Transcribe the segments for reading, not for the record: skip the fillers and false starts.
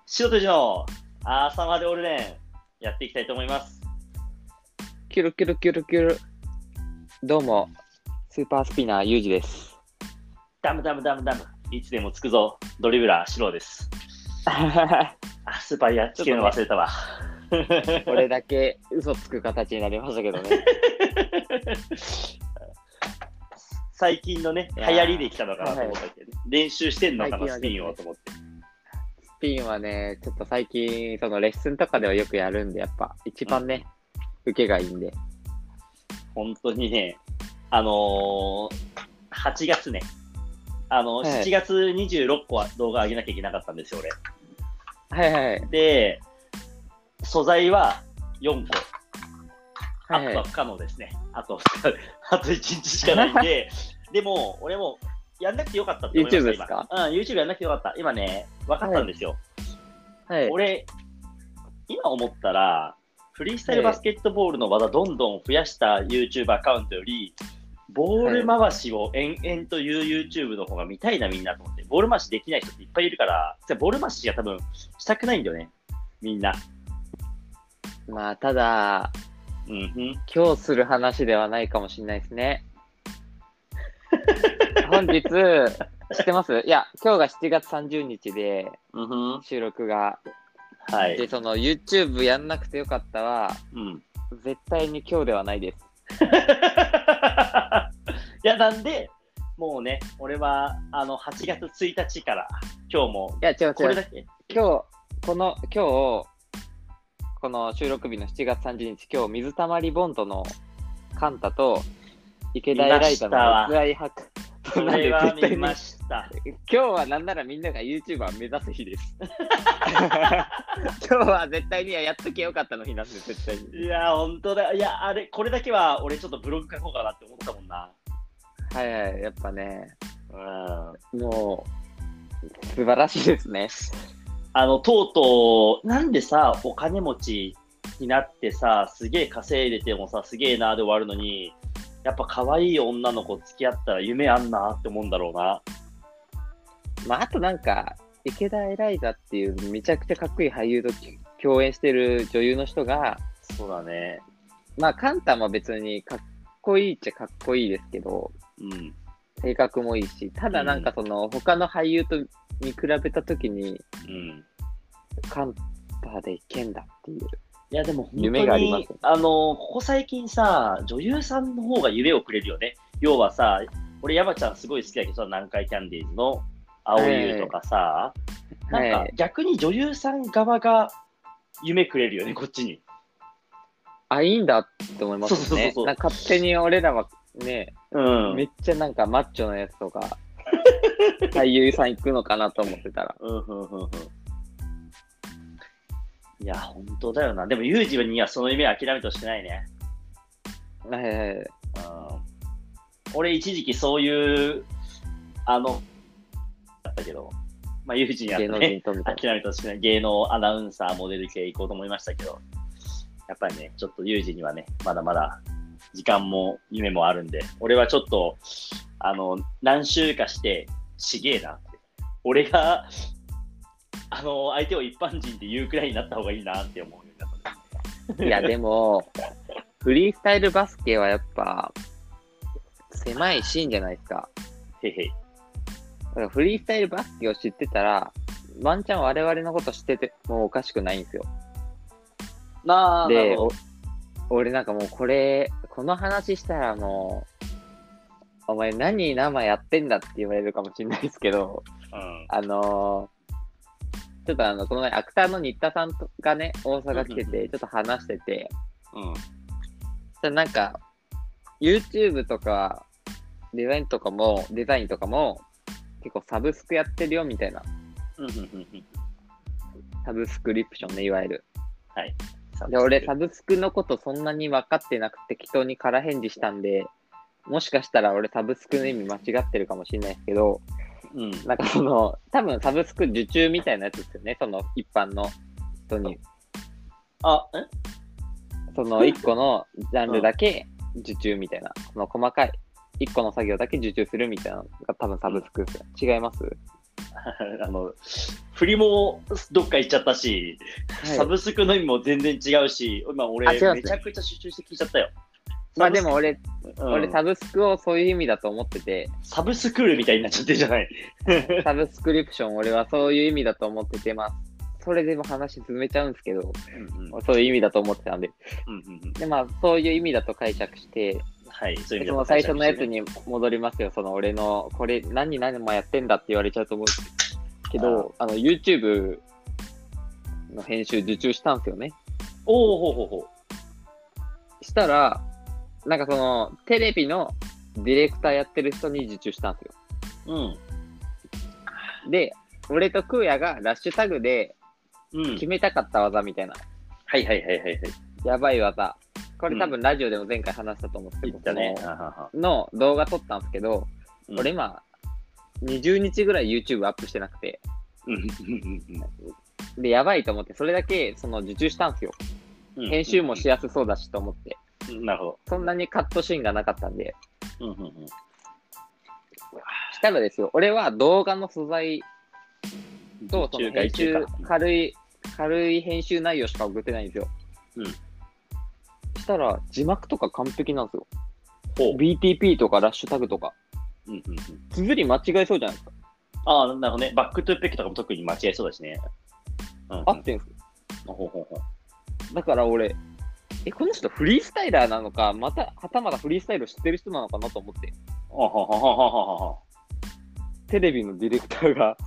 白とじの朝までオルネンやっていきたいと思います。 キュルキュルキュルキュル。どうも、スーパースピナーユージです。 ダム。いつでもつくぞ。ドリブラー白です。スーパーやっつけるの忘れたわ。 これだけ嘘つく形になりましたけどね。 最近のね、流行りできたのかなと思ったけど、練習してんのかな、スピンをと思って。 スピンはね、ちょっと最近、そのレッスンとかではよくやるんで、やっぱ一番ね、受けがいいんで。 本当にね、8月ね、7月26個は動画上げなきゃいけなかったんですよ、俺。 はいはい。 で、素材は4個。 はいはい、 あとは不可能ですね。あと1日しかないんで、でも、俺もやんなくてよかったって思いました。 YouTube ですか？ YouTube やんなくてよかった。今ね、分かったんですよ。 はい。 俺、今思ったら、フリースタイルバスケットボールの技どんどん増やした YouTube アカウントより、ボール回しを延々と言う YouTube の方が見たいな、みんなと思って。ボール回しできない人っていっぱいいるから、ボール回しが多分したくないんだよね、みんな。 まあ、ただ、今日する話ではないかもしれないですね。本日、知ってます？いや、今日が7月30日で、収録が。 はい。 で、その YouTube やんなくてよかったは、絶対に今日ではないです。 いや、なんで、もうね、俺は、8月1日から、今日も、 いや、違う。 これだけ今日、この収録日の7月30日、今日、水溜りボンドのカンタと池田エライザの熱愛博。 それは見ました。 今日はなんならみんなが YouTuber 目指す日です。今日は絶対にやっとけよかったの日なんで、絶対に。 いや、本当だ。いや、これだけは俺ちょっとブログ書こうかなって思ったもんな。 はいはい、やっぱね、もう、素晴らしいですね。 とうとう、なんでさ、お金持ちになってさ、すげえ稼いでてもさ、すげえなーで終わるのに、やっぱ可愛い女の子付き合ったら夢あんなって思うんだろうな。 まあ、あとなんか、池田エライザっていうめちゃくちゃかっこいい俳優と共演してる女優の人が、 そうだね。 まあ、カンタも別にかっこいいっちゃかっこいいですけど、性格もいいし、ただなんかその、他の俳優と見比べたときに、カンタでいけんだっていう。 いやでも本当に夢があります。 ここ最近さ、女優さんの方が夢をくれるよね。要はさ、俺山ちゃんすごい好きだけどさ、南海キャンディーズの青優とかさ、なんか逆に女優さん側が夢くれるよね、こっちに。 いいんだって思いますね。なんか勝手に俺らはね、めっちゃなんかマッチョなやつとか、俳優さん行くのかなと思ってたら。 いや、本当だよな。でも、ユージにはその夢を諦めてほしくないね。俺、一時期そういう、だったけど、まあ、ユージにはね、諦めてほしくない。芸能アナウンサー、モデル系行こうと思いましたけど、やっぱりね、ちょっとユージにはね、まだまだ時間も夢もあるんで、俺はちょっと、何週かして、ちげえなって。俺が、相手を一般人って言うくらいになった方がいいなって思うようになった。 いや、でも、フリースタイルバスケはやっぱ、狭いシーンじゃないですか。だからフリースタイルバスケを知ってたら、ワンチャン我々のこと知っててもおかしくないんですよ。で、俺なんかもうこの話したらもう、お前何生やってんだって言われるかもしれないですけど、ちょっとこの前、アクターの新田さんがね、大阪来てて、ちょっと話してて、なんか、YouTube とか、デザインとかも、結構サブスクやってるよ、みたいな。サブスクリプションね、いわゆる。 はい。 で、俺、サブスクのことそんなに分かってなくて、適当に空返事したんで、もしかしたら俺、サブスクの意味間違ってるかもしれないですけど、なんか多分サブスク受注みたいなやつですよね、その一般の人に。その1個のジャンルだけ受注みたいな、その細かい1個の作業だけ受注するみたいなのが多分サブスクですよ。違います？ 振りもどっか行っちゃったし、 はい、 サブスクの意味も全然違うし、今俺、めちゃくちゃ集中して聞いちゃったよ。 まあでも俺サブスクをそういう意味だと思ってて。 サブスクールみたいになっちゃってるじゃない。 サブスクリプション、俺はそういう意味だと思ってて、まあ、それでも話進めちゃうんですけど、そういう意味だと思ってたんで。で、まあ、そういう意味だと解釈して、 はい、そういう意味その最初のやつに戻りますよ。その俺の、これ何もやってんだって言われちゃうと思うんですけど、YouTube の編集受注したんですよね。 ほう。 したら、なんかその、テレビのディレクターやってる人に受注したんですよ。で、俺とクーヤがラッシュタグで決めたかった技みたいな。 はい。 やばい技。これ多分ラジオでも前回話したと思うんですけど、の動画撮ったんですけど、俺今、20日ぐらい YouTube アップしてなくて、で、やばいと思って、それだけその受注したんですよ。編集もしやすそうだしと思って。 なるほど。 そんなにカットシーンがなかったんで。したらですよ、俺は動画の素材とその編集、軽い編集内容しか送ってないんですよ。したら字幕とか完璧なんですよ。BTP とかラッシュタグとか。綴り間違えそうじゃないですか。 ああ、なるほどね。バックトゥーペックとかも特に間違えそうだしね。 合ってんすよ。だから俺、この人フリースタイラーなのか、はたまたフリースタイルを知ってる人なのかなと思って。テレビのディレクターが。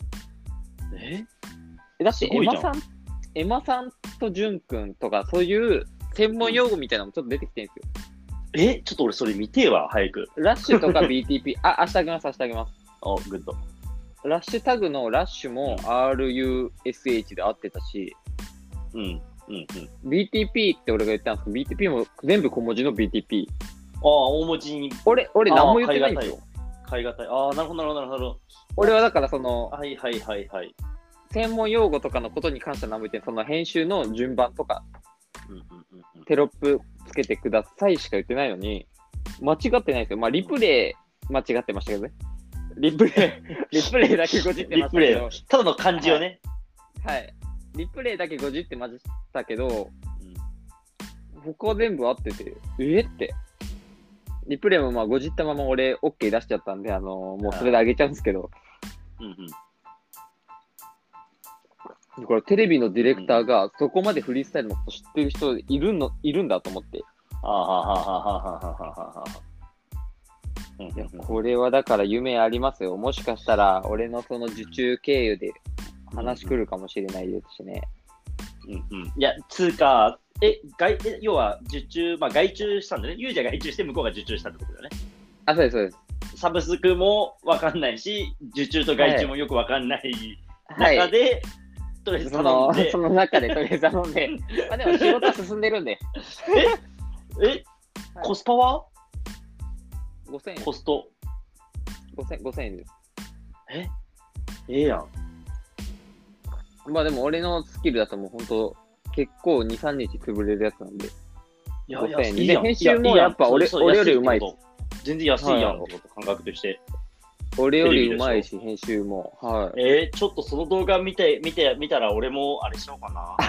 だってエマさんとジュン君とかそういう専門用語みたいなのもちょっと出てきてるんですよ。 ちょっと俺それ見てえわ、早く。 ラッシュとか BTP、明日あげます。 グッド。 ラッシュタグのラッシュも RUSH で合ってたし、BTP って俺が言ったんですけど、BTP も全部小文字の BTP。 大文字に。 俺何も言ってないんですよ。 買い難い。なるほど。 俺はだからその、 はい。 専門用語とかのことに関しては何も言ってない。その編集の順番とか、テロップつけてくださいしか言ってないのに、間違ってないですよ。まあ、リプレイ間違ってましたけどね。リプレイだけごじってましたけど。 ただの漢字をね。 はい。リプレイだけごじってましたけど、他全部合ってて、って。リプレイもまあごじったまま俺 OK 出しちゃったんで、もうそれであげちゃうんですけど。だからテレビのディレクターがそこまでフリースタイルのこと知ってる人いるんだと思って。これはだから夢ありますよ。もしかしたら俺のその受注経由で話来るかもしれないですしね。 いや、要は受注、外注したんだね。ユージが外注して向こうが受注したってことだよね。 そうです。 サブスクも分かんないし、受注と外注もよく分かんない中で、とりあえず頼んで。 その中でとりあえず頼んで。でも仕事進んでるんで。 コスパは 5000円。 コスト。 5000円です。 やん。 まあでも俺のスキルだともう本当結構2、3日潰れるやつなんで。5000円で編集もやっぱ俺よりうまい。 全然安いやんってこと、感覚として。 俺よりうまいし、編集も。 ちょっとその動画見たら俺もあれしようかな。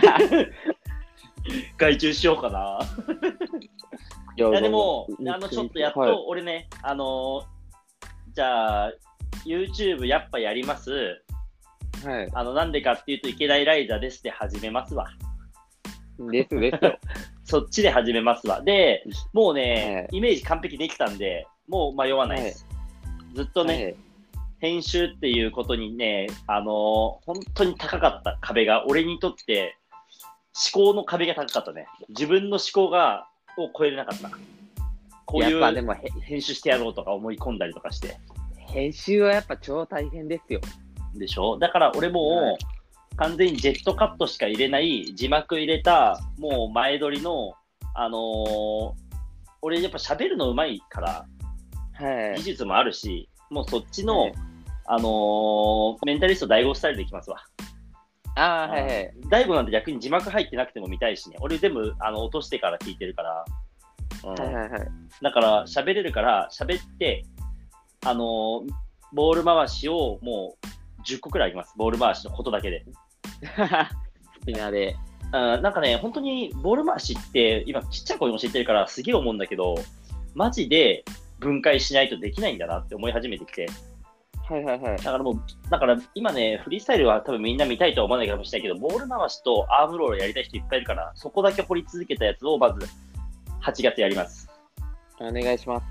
外注しようかな。いやでも、ちょっとやっと俺ね、じゃあ、YouTube やっぱやります。なんでかっていうと、池田エライザですって始めますわ。 ですよ。 そっちで始めますわ。で、もうね、イメージ完璧できたんで、もう迷わないです。ずっとね、編集っていうことにね、本当に高かった壁が、俺にとって思考の壁が高かったね。自分の思考を超えれなかった。こういう編集してやろうとか思い込んだりとかして。 編集はやっぱ超大変ですよ。 でしょ？だから俺も完全にジェットカットしか入れない、字幕入れた、もう前撮りの、俺やっぱ喋るの上手いから、技術もあるし、もうそっちの、メンタリスト大悟スタイルでいきますわ。大悟なんて逆に字幕入ってなくても見たいしね。俺全部落としてから聞いてるから。だから喋れるから喋って、 ボール回しをもう10個くらいあります。ボール回しのことだけで。 スピナーで。 なんかね、本当にボール回しって、今ちっちゃい子にも教えてるからすげえ思うんだけど、マジで分解しないとできないんだなって思い始めてきて。 はいはいはい。 だから今ね、フリースタイルは多分みんな見たいとは思わないかもしれないけど、ボール回しとアームロールやりたい人いっぱいいるから、そこだけ掘り続けたやつをまず8月やります。 お願いします。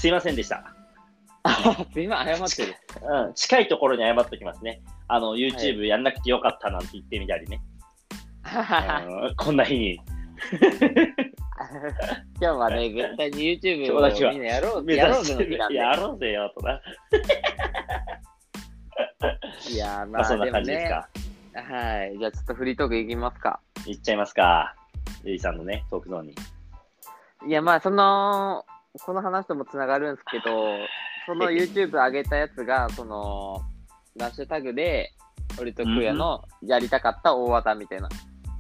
すいませんでした。 今謝ってる。 近いところに謝っておきますね。YouTube やんなくてよかったなんて言ってみたりね。こんな日に。 今日はね、絶対に YouTube をみんなやろうぜの日なんで。 やろうぜよとな。 いやまあそんな感じですか。 はい。じゃあちょっとフリートークいきますか。 いっちゃいますか。ゆいさんのね、トークゾーンに。 いやまあこの話ともつながるんですけど、その YouTube 上げたやつが、その、ハッシュタグで、俺とクーヤのやりたかった大技みたいな。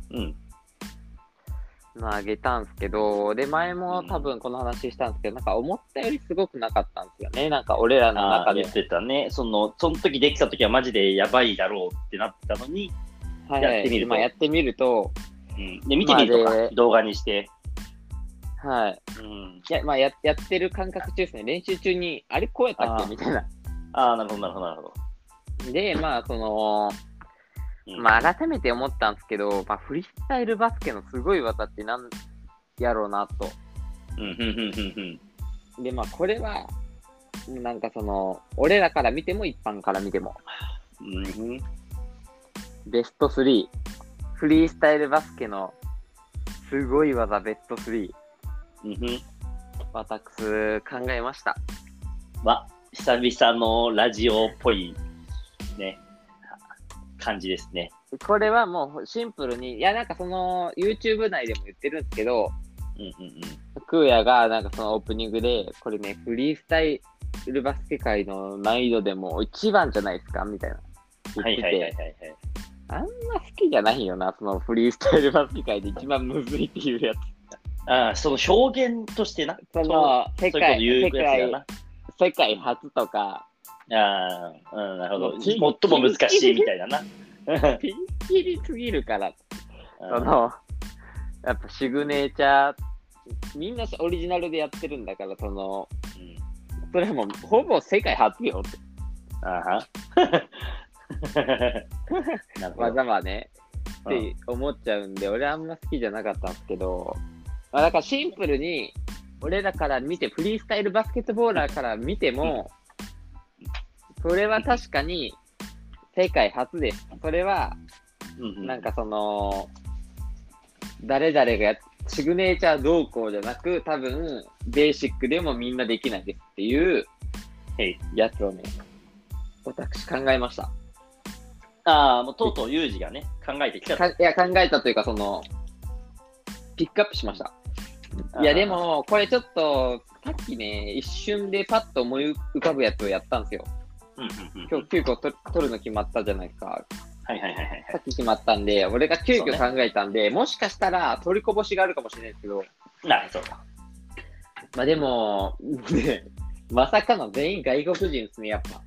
の上げたんですけど、で、前も多分この話したんですけど、なんか思ったよりすごくなかったんですよね。なんか俺らの中で。 言ってたね。その時できた時はマジでやばいだろうってなってたのに、 はいはい、やってみると、 で、見てみるとか、動画にして。 はい。やってる感覚中ですね。練習中に、あれこうやったっけみたいな。 なるほど、なるほど、なるほど。で、改めて思ったんですけど、フリースタイルバスケのすごい技ってなんやろうなと。で、これは、なんか俺らから見ても一般から見ても、ベスト3、フリースタイルバスケのすごい技ベスト3、私考えました。 久々のラジオっぽいね。感じですね。 これはもうシンプルに、なんかYouTube 内でも言ってるんですけど、クーヤがなんかそのオープニングで、これね、フリースタイルバスケ界の難易度でも一番じゃないですかみたいな言ってて、あんま好きじゃないよな、そのフリースタイルバスケ界で一番むずいっていうやつ。 その表現としてな。 世界初とか、 なるほど。最も難しいみたいだな。 ピンキリすぎるから。やっぱシグネチャー、みんなオリジナルでやってるんだから、それはもうほぼ世界初よって。技はね、って思っちゃうんで、俺あんま好きじゃなかったんですけど、だからシンプルに、俺らから見て、フリースタイルバスケットボーラーから見ても、それは確かに世界初です。それは、なんか誰々がシグネチャー動向じゃなく、多分、ベーシックでもみんなできないですっていうやつをね、私考えました。 もうとうとうユージがね、考えてきた。 考えたというか、ピックアップしました。いや、でも、これちょっと、さっきね、一瞬でパッと思い浮かぶやつをやったんですよ。今日9個取るの決まったじゃないですか。さっき決まったんで、俺が急遽考えたんで、もしかしたら取りこぼしがあるかもしれないですけど。でも、ね、まさかの全員外国人ですね、やっぱ。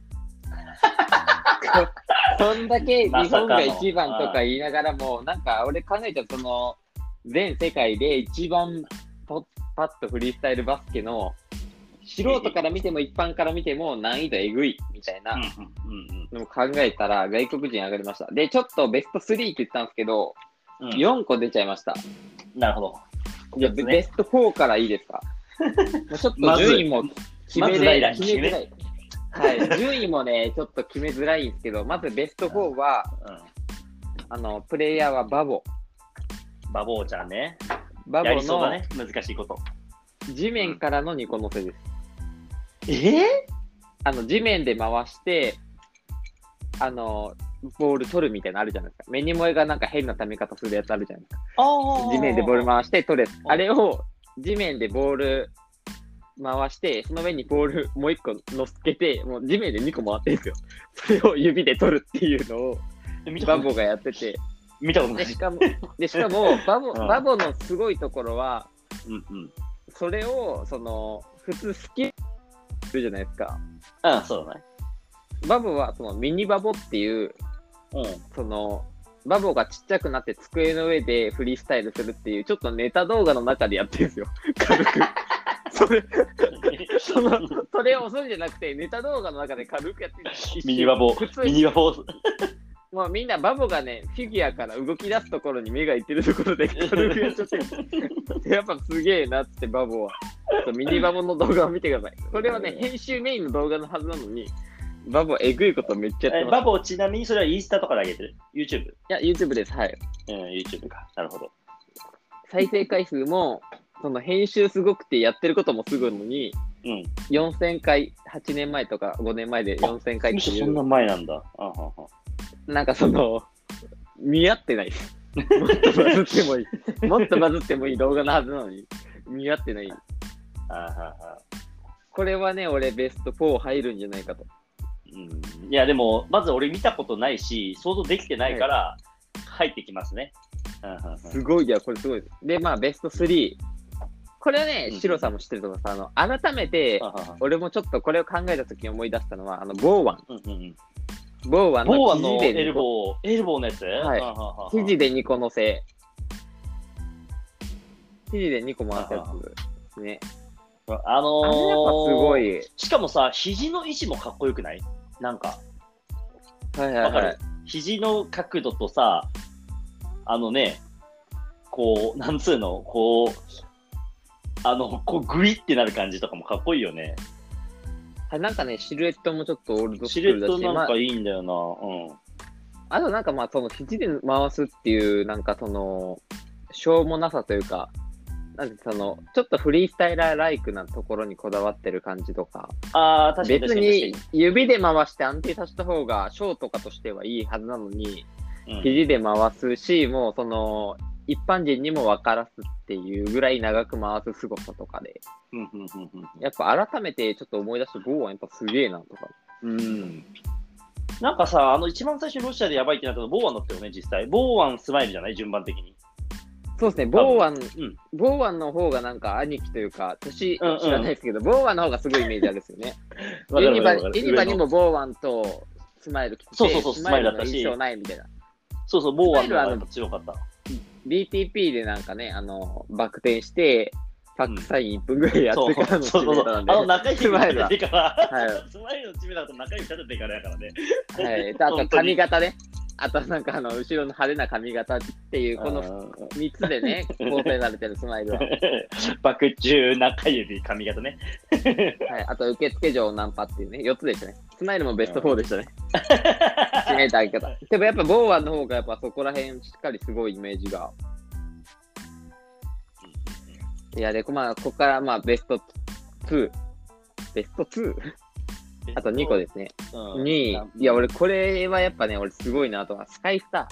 そんだけ日本が一番とか言いながらも、なんか俺考えた全世界で一番パッとフリースタイルバスケの素人から見ても一般から見ても難易度えぐいみたいなのを考えたら外国人上がりました。で、ちょっとベスト3って言ったんですけど、4個出ちゃいました。 なるほど。 じゃあベスト4からいいですか？ちょっと順位も決めづらい。はい、順位もね、ちょっと決めづらいんですけど、まずベスト4は、プレイヤーはバボーちゃんね。 バボの、 ね、難しいこと。 地面からの2個乗せです。地面で回して、ボール取るみたいなのあるじゃないですか。目に萌えがなんか変な溜め方するやつあるじゃないですか。地面でボール回して取れ。あれを地面でボール回して、その上にボールもう1個乗っけて、もう地面で2個回ってるんですよ。それを指で取るっていうのをバボがやってて。 見たことない。 しかもバボのすごいところは、それを普通好きするじゃないですか。 そうだね。 バボはそのミニバボっていう、そのバボがちっちゃくなって机の上でフリースタイルするっていうちょっとネタ動画の中でやってるんですよ。軽く。それを遅いじゃなくてネタ動画の中で軽くやってる。 ミニバボ。 もうみんなバボがね、フィギュアから動き出すところに目がいってるところで軽くやっちゃってる。やっぱすげえなってバボは。ミニバボの動画を見てください。これはね、編集メインの動画のはずなのに、バボえぐいことめっちゃやってます。 バボちなみにそれはインスタとかで上げてる ?YouTube？ いや、YouTube です。はい。 YouTube か。なるほど。 再生回数も、その編集すごくてやってることもすごいのに、4000回、8年前とか5年前で4000回っていう。 そんな前なんだ。 なんかその、見合ってない。もっとバズってもいい。もっとバズってもいい動画のはずなのに、見合ってない。これはね、俺ベスト4入るんじゃないかと。 いや、でも、まず俺見たことないし、想像できてないから、入ってきますね。 すごい、いや、これすごい。で、まあ、ベスト3。これはね、シロさんも知ってると思います。改めて、俺もちょっとこれを考えたときに思い出したのは、ボーワン。ボーワンのエルボーのやつ？ はい。肘で2個乗せ。肘で2個回すやつですね。あれやっぱすごい。 しかもさ、肘の位置もかっこよくない？なんか。 わかる。 肘の角度とさ、こう、なんつうの、こうグイってなる感じとかもかっこいいよね。 なんかね、シルエットもちょっとオールドスクシルエットなんかいいんだよな。 あとなんかまあ、その肘で回すっていう、なんかその、しょうもなさというか、なんでその、ちょっとフリースタイラーライクなところにこだわってる感じとか。 確かに別に指で回して安定させた方が、ショーとかとしてはいいはずなのに、肘で回すし、もうその、一般人にも分からすっていうぐらい長く回す凄さとかで、やっぱ改めてちょっと思い出して、ボーワンやっぱすげえなとか。 なんかさ、一番最初ロシアでやばいってなったのボーワンだったよね、実際。ボーワンスマイルじゃない順番的に。 そうですね、ボーワンの方がなんか兄貴というか、年知らないですけど、ボーワンの方がすごいイメージあるんですよね。ユニバにもボーワンとスマイル来てて、 スマイルだったし、 印象ないみたいな。 ボーワンの方が強かった。 BTP でなんかね、バク転して、パックサイン1分ぐらいやってからのチメなんで。 中指立ててから、スマイルのチメだと中指立ててからやからね。 はい。あと髪型ね。あとなんか後ろの派手な髪型っていう、この3つでね、構成されてるスマイルは。 バク中、中指、髪型ね。 はい。あと受付嬢ナンパっていうね、4つでしたね。スマイルもベスト4でしたね。締めた相方。でもやっぱボーワンの方がやっぱそこら辺しっかりすごいイメージが。いや、で、まあ、ここからまあベスト2。ベスト 2？ あと2個ですね。2位。いや、俺、これはやっぱね、俺すごいなとは、スカイスタ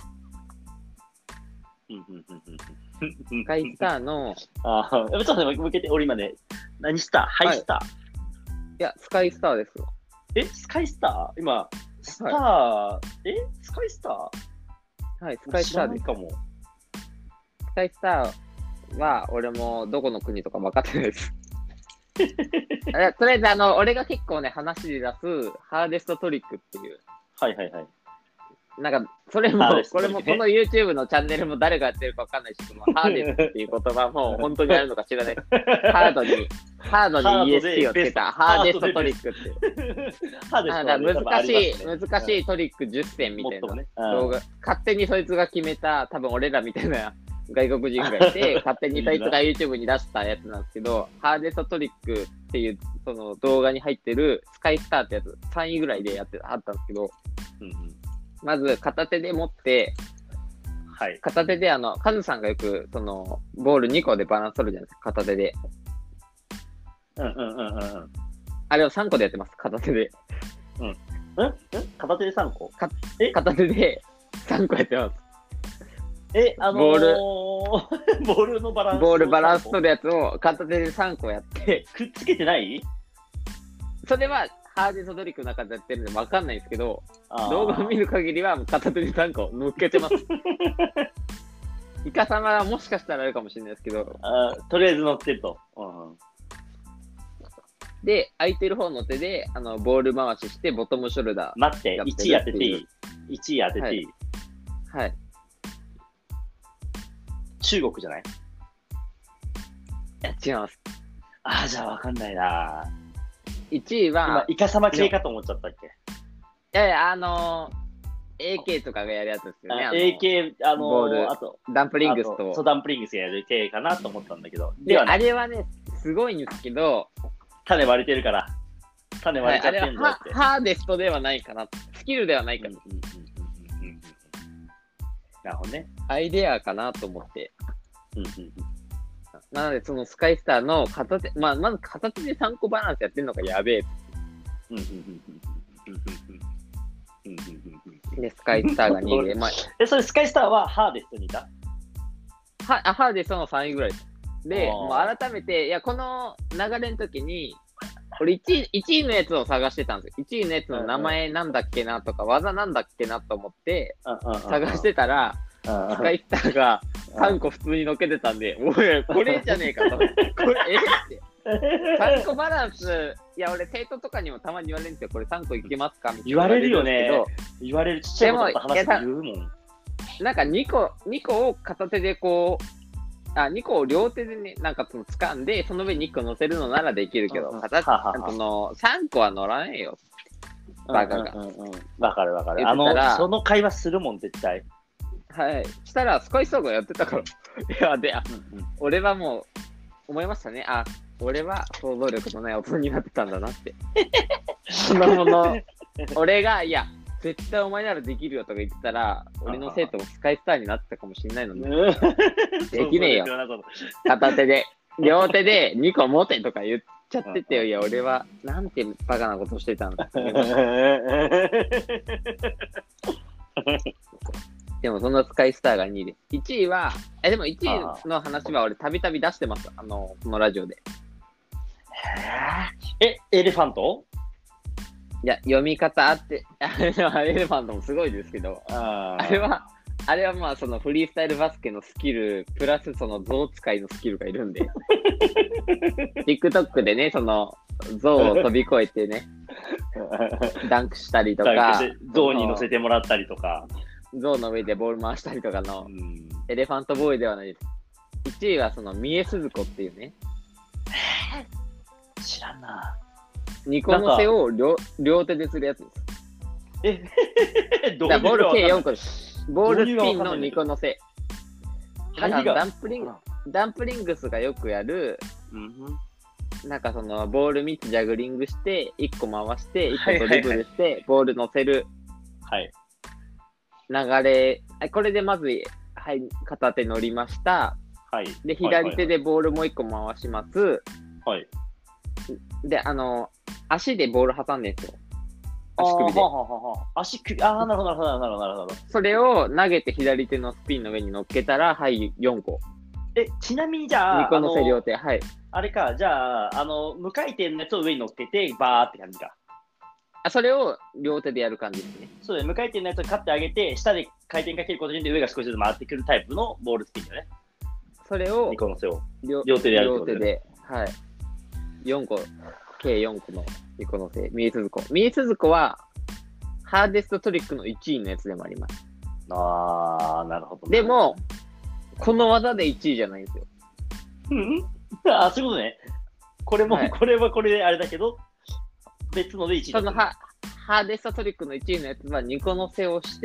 ー。スカイスターの。 ちょっと待って、向けて、俺今ね、何スター？ハイスター？ いや、スカイスターですよ。 スカイスター？今、スター、スカイスター？ はい、スカイスターです。スカイスターは、俺もどこの国とか分かってないです。とりあえず、俺が結構ね、話で出す、ハーデストトリックっていう。 はい。 なんか、それも、これもこの YouTube のチャンネルも誰がやってるか分かんないし、ハーデスっていう言葉も本当にあるのか知らない。ハードに EST をつけたハーデストトリックっていう。難しいトリック10選みたいな動画。勝手にそいつが決めた、多分俺らみたいな外国人がいて、勝手にそいつが YouTube に出したやつなんですけど、ハーデストトリックっていうその動画に入ってるスカイスターってやつ、3位ぐらいであったんですけど、まず片手で持って、片手でカズさんがよくそのボール2個でバランス取るじゃないですか、片手で。あれを3個でやってます、片手で。 片手で3個？ 片手で3個やってます。 ボールのバランス。 ボールバランス取るやつを片手で3個やって。 くっつけてない？ それはハーデストトリックの中でやってるんで分かんないんですけど、動画を見る限りは片手で3個乗っけてます。イカ様はもしかしたらあるかもしれないですけど。 とりあえず乗ってると。 で、空いてる方の手で、ボール回しして、ボトムショルダー。 待って、1位当てていい ?1 位当てていい、 はい。 中国じゃない？ いや、違います。 ああ、じゃあわかんないな。 1位は、 今、イカサマ系かと思っちゃったっけ？ いやいや、AK とかがやるやつですよね。 AK、 ボール、 あと、 ダンプリングスと。 そう、ダンプリングスがやる系かなと思ったんだけど。 で、あれはね、すごいんですけど、 種割れてるから。種割れちゃってんだって。 ハーデストではないかな。スキルではないかな。 なるほどね。 アイデアかなと思って。なので、そのスカイスターの片手、まず片手で3個バランスやってんのがやべえ。で、スカイスターが2位で。 それスカイスターはハーデストにいた？ ハーデストの3位ぐらいです。で、もう改めて、いや、この流れの時に、俺1位のやつを探してたんですよ。1位のやつの名前なんだっけなとか、技なんだっけなと思って、探してたら、スカイスターが3個普通にのっけてたんで、おい、これじゃねえかと。これ、って。3個バランス、いや、俺、生徒とかにもたまに言われるんですよ。これ3個いけますかみたいな。 言われるよね。言われる。ちっちゃいこと話言うもん。 なんか2個を片手でこう、2個を両手でね、なんか掴んで、その上に1個乗せるのならできるけど、3個は乗らねえよ。バカが。 わかる。その会話するもん、絶対。 はい。したら、スカイスターがやってたから。いや、俺はもう、思いましたね。俺は想像力のない大人になってたんだなって。そのもの、俺が、いや、絶対お前ならできるよとか言ってたら、俺の生徒もスカイスターになってたかもしれないので、できねえよ。片手で、両手で2個持てとか言っちゃっててよ。いや、俺は、なんてバカなことしてたんだって思いました。でも、そのスカイスターが2位です。1位は、でも1位の話は俺たびたび出してます。このラジオで。 エレファント？ いや、読み方あって、エレファントもすごいですけど、あれはまあそのフリースタイルバスケのスキル、プラスその象使いのスキルがいるんで、TikTok でね、その象を飛び越えてね、ダンクしたりとか、 象に乗せてもらったりとか、 象の上でボール回したりとかのエレファントボーイではないです。1位はその三重鈴子っていうね。 知らんな。 ニコの背を両手でするやつです。ボール計4個です。ボールスピンのニコの背。なんかダンプリングスがよくやる、なんかそのボール3つジャグリングして、1個回して、1個ドリブルして、ボール乗せる。流れ、これでまず、はい、片手乗りました。で、左手でボールもう1個回します。で、足でボール挟んでるんですよ。足首で。 足首、なるほど。 それを投げて左手のスピンの上に乗っけたら、はい、4個。 ちなみにじゃあ、 2個乗せ両手、はい。 あれか、じゃあ、無回転のやつを上に乗っけて、バーって感じか。 それを両手でやる感じですね。 そうだよ、無回転のやつを勝ってあげて、下で回転かけることによって上が少しずつ回ってくるタイプのボールスピンだよね。 それを、 2個乗せを両手でやるってことだよね。 はい。4個、計4個のニコのせい。三重鈴子。三重鈴子は、ハーデストトリックの1位のやつでもあります。 なるほど、 ね。でも、この技で1位じゃないんですよ。 そういうことね。これも、これはこれであれだけど、別ので1位。 そのハーデストトリックの1位のやつはニコのせをして、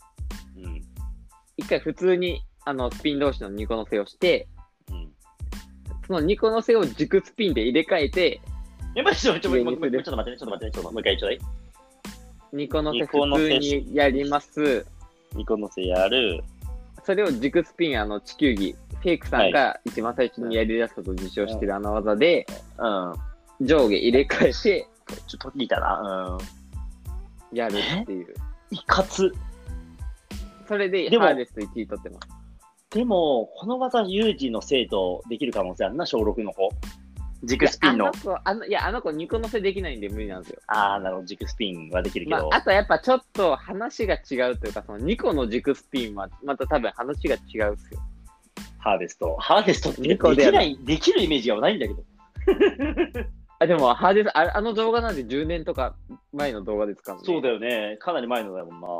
一回普通に、スピン同士のニコのせをして、そのニコのせを軸スピンで入れ替えて、 ちょっと待って、もう一回ちょうだい。 ニコのせ普通にやります。 ニコのせやる。 それを軸スピン、地球儀、フェイクさんが一番最初にやり出すことを自称してる技で、上下入れ替えて、 ちょっと聞いたな。 やるっていう。 いかつ。 それで、ハーデスト1位取ってます。 でも、この技、ユージの生徒できる可能性あるな、小6の子。軸スピンの。 あの子、ニコ乗せできないんで無理なんですよ。 なるほど、軸スピンはできるけど。 あとやっぱちょっと話が違うというか、その2個の軸スピンはまた多分話が違うっすよ。 ハーデストってできるイメージがないんだけど。 でも、ハーデス、あの動画なんて10年とか前の動画ですからね。 そうだよね。かなり前のだもんな。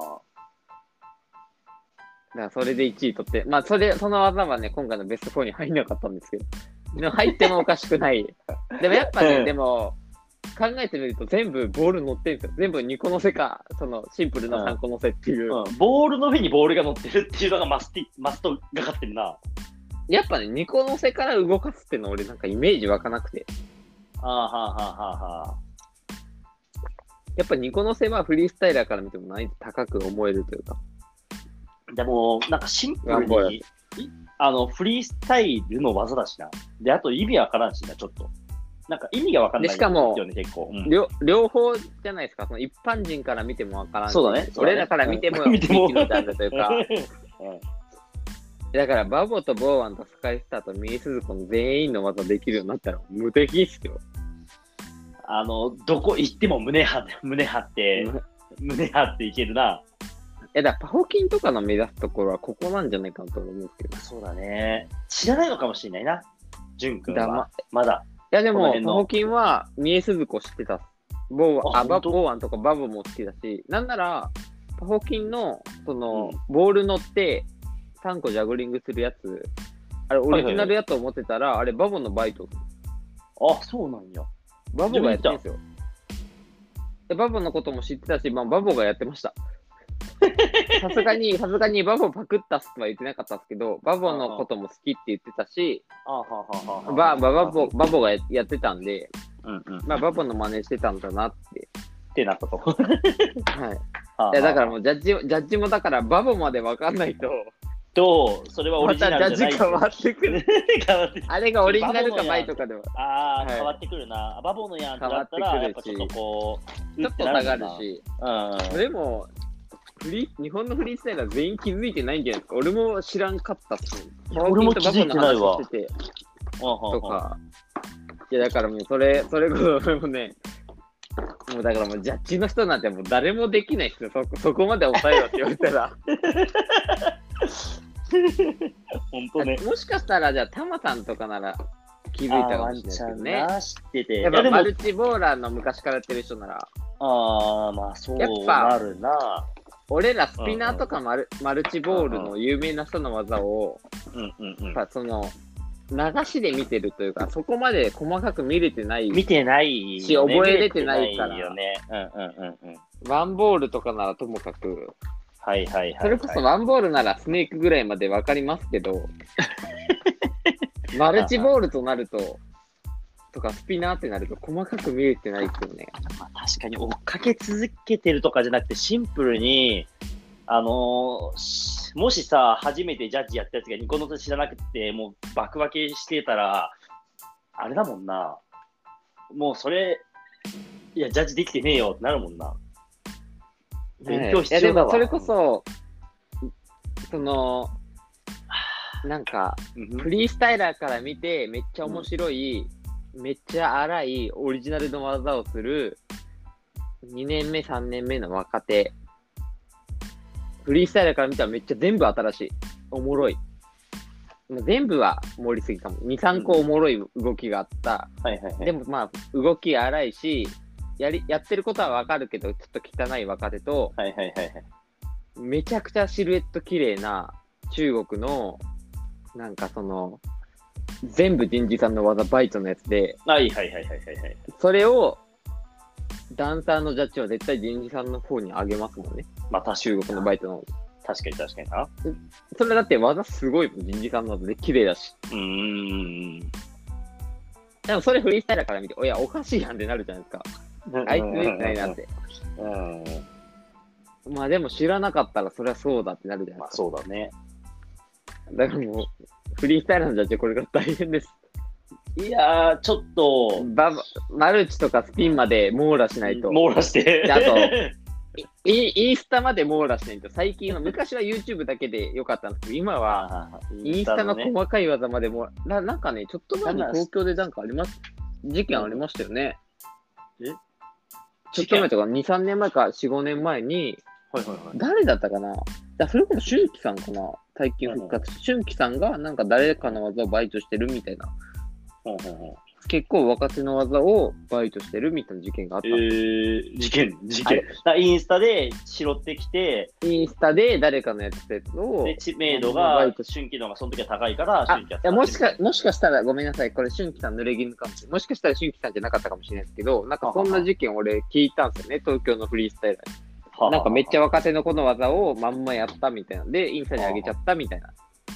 だからそれで1位取って、まあ、その技はね、今回のベスト4に入んなかったんですけど、でも入ってもおかしくない。でもやっぱね、でも、考えてみると全部ボール乗ってるんですよ。全部2個乗せか、そのシンプルな3個乗せっていう。 ボールの上にボールが乗ってるっていうのがマストがかってるな。 やっぱね、2個乗せから動かすっていうの俺なんかイメージ湧かなくて。 はあはあはあはあ。 やっぱ2個乗せはフリースタイラーから見ても難易度高く思えるというか。 でも、なんかシンプルに、フリースタイルの技だしな。で、あと意味わからんしな、ちょっと。なんか意味がわかんない、 ね。しかも、 結構両方じゃないですか。その一般人から見てもわからんし。 そうだね。 俺らから見ても見てものジャンルというか。だから、バボとボーワンとスカイスターとミニスズコの全員の技できるようになったら無敵っすよ。 どこ行っても胸張っていけるな。 だからパフォキンとかの目指すところはここなんじゃないかなと思うんですけど。 そうだね。知らないのかもしれないな。ジュン君は。まだ。 いやでも、パフォキンはミエスズコ知ってた。ボーワンとかバボも好きだし、なんなら、パフォキンの、ボール乗って、3個ジャグリングするやつ、あれオリジナルやと思ってたら、あれバボのバイト。 あ、そうなんや。 バボがやってるんですよ。でバボのことも知ってたし、まあ、バボがやってました。さすがにバボパクったっすとは言ってなかったんですけど、バボのことも好きって言ってたし、バボがやってたんで、まあバボの真似してたんだなってなったと。 はい。だからもうジャッジもだからバボまで分かんないと、 それはオリジナルじゃない。 またジャッジ変わってくる。あれがオリジナルかバイとかでは。 変わってくるな。バボのやんってなったら、やっぱちょっとこう、 ちょっと下がるし。でも、日本のフリースタイルは全員気づいてないんじゃないですか。俺も知らんかったっす。 俺も気づいてないわ。 とか。いや、だからもうそれこそもね、もうだからもうジャッジの人なんてもう誰もできないっすよ。そこまで抑えろって言われたら。 本当ね。 もしかしたら、じゃあ、タマさんとかなら気づいたかもしれないです知ってて。 やっぱマルチボーラーの昔からやってる人なら。 まあそうなるな。 俺らスピナーとかマルチボールの有名な人の技を、流しで見てるというか、そこまで細かく見れてないし、 覚えれてないからよね。 ワンボールとかならともかく、 それこそワンボールならスネークぐらいまでわかりますけど、マルチボールとなると、とかスピナーってなると細かく見れてないですよね。 まあ、確かに追っかけ続けてるとかじゃなくてシンプルにもしさ初めてジャッジやったやつがニコノと知らなくてもう爆分けしてたらあれだもんな。もうそれいやジャッジできてねえよってなるもんな。勉強必要だわ。 いやでもそれこそなんかフリースタイラーから見てめっちゃ面白い、めっちゃ荒いオリジナルの技をする2年目、3年目の若手。フリースタイルから見たらめっちゃ全部新しい。おもろい。全部は盛りすぎかも。2、3個おもろい動きがあった。でもまあ、動き荒いし、やってることはわかるけど、ちょっと汚い若手と、めちゃくちゃシルエット綺麗な中国の、なんか全部人事さんの技バイトのやつで、それをダンサーのジャッジは絶対人事さんの方に上げますもんね。 また中国のバイトの。 確かにな。 それだって技すごいもん、人事さんの技で綺麗だし。でもそれフリースタイルから見て、いや、おかしいやんってなるじゃないですか。あいつできないなって。まあでも知らなかったらそりゃそうだってなるじゃないですか。 そうだね。 だからもう、フリースタイルのジャッジこれから大変です。 いやー、ちょっと。 マルチとかスピンまで網羅しないと。 網羅して。 あと、インスタまで網羅しないと。最近は、昔は YouTube だけでよかったんですけど、今は、インスタの細かい技までも、なんかね、ちょっと前に東京でなんか事件ありましたよね。ちょっと前とか、2、3年前か、4、5年前に、誰だったかな？それこそ春季さんかな？最近復活して、春季さんがなんか誰かの技をバイトしてるみたいな。 結構若手の技をバイトしてるみたいな事件があった。 事件。インスタで拾ってきて、 インスタで誰かのやってたやつを、 で、知名度が、春季の方がその時は高いから、春季はもしかしたら、ごめんなさい、これ春季さん濡れ衣かもしれない。もしかしたら春季さんじゃなかったかもしれないですけど、なんかそんな事件俺聞いたんですよね、東京のフリースタイルで。なんかめっちゃ若手の子の技をまんまやったみたいな。で、インスタに上げちゃったみたいな。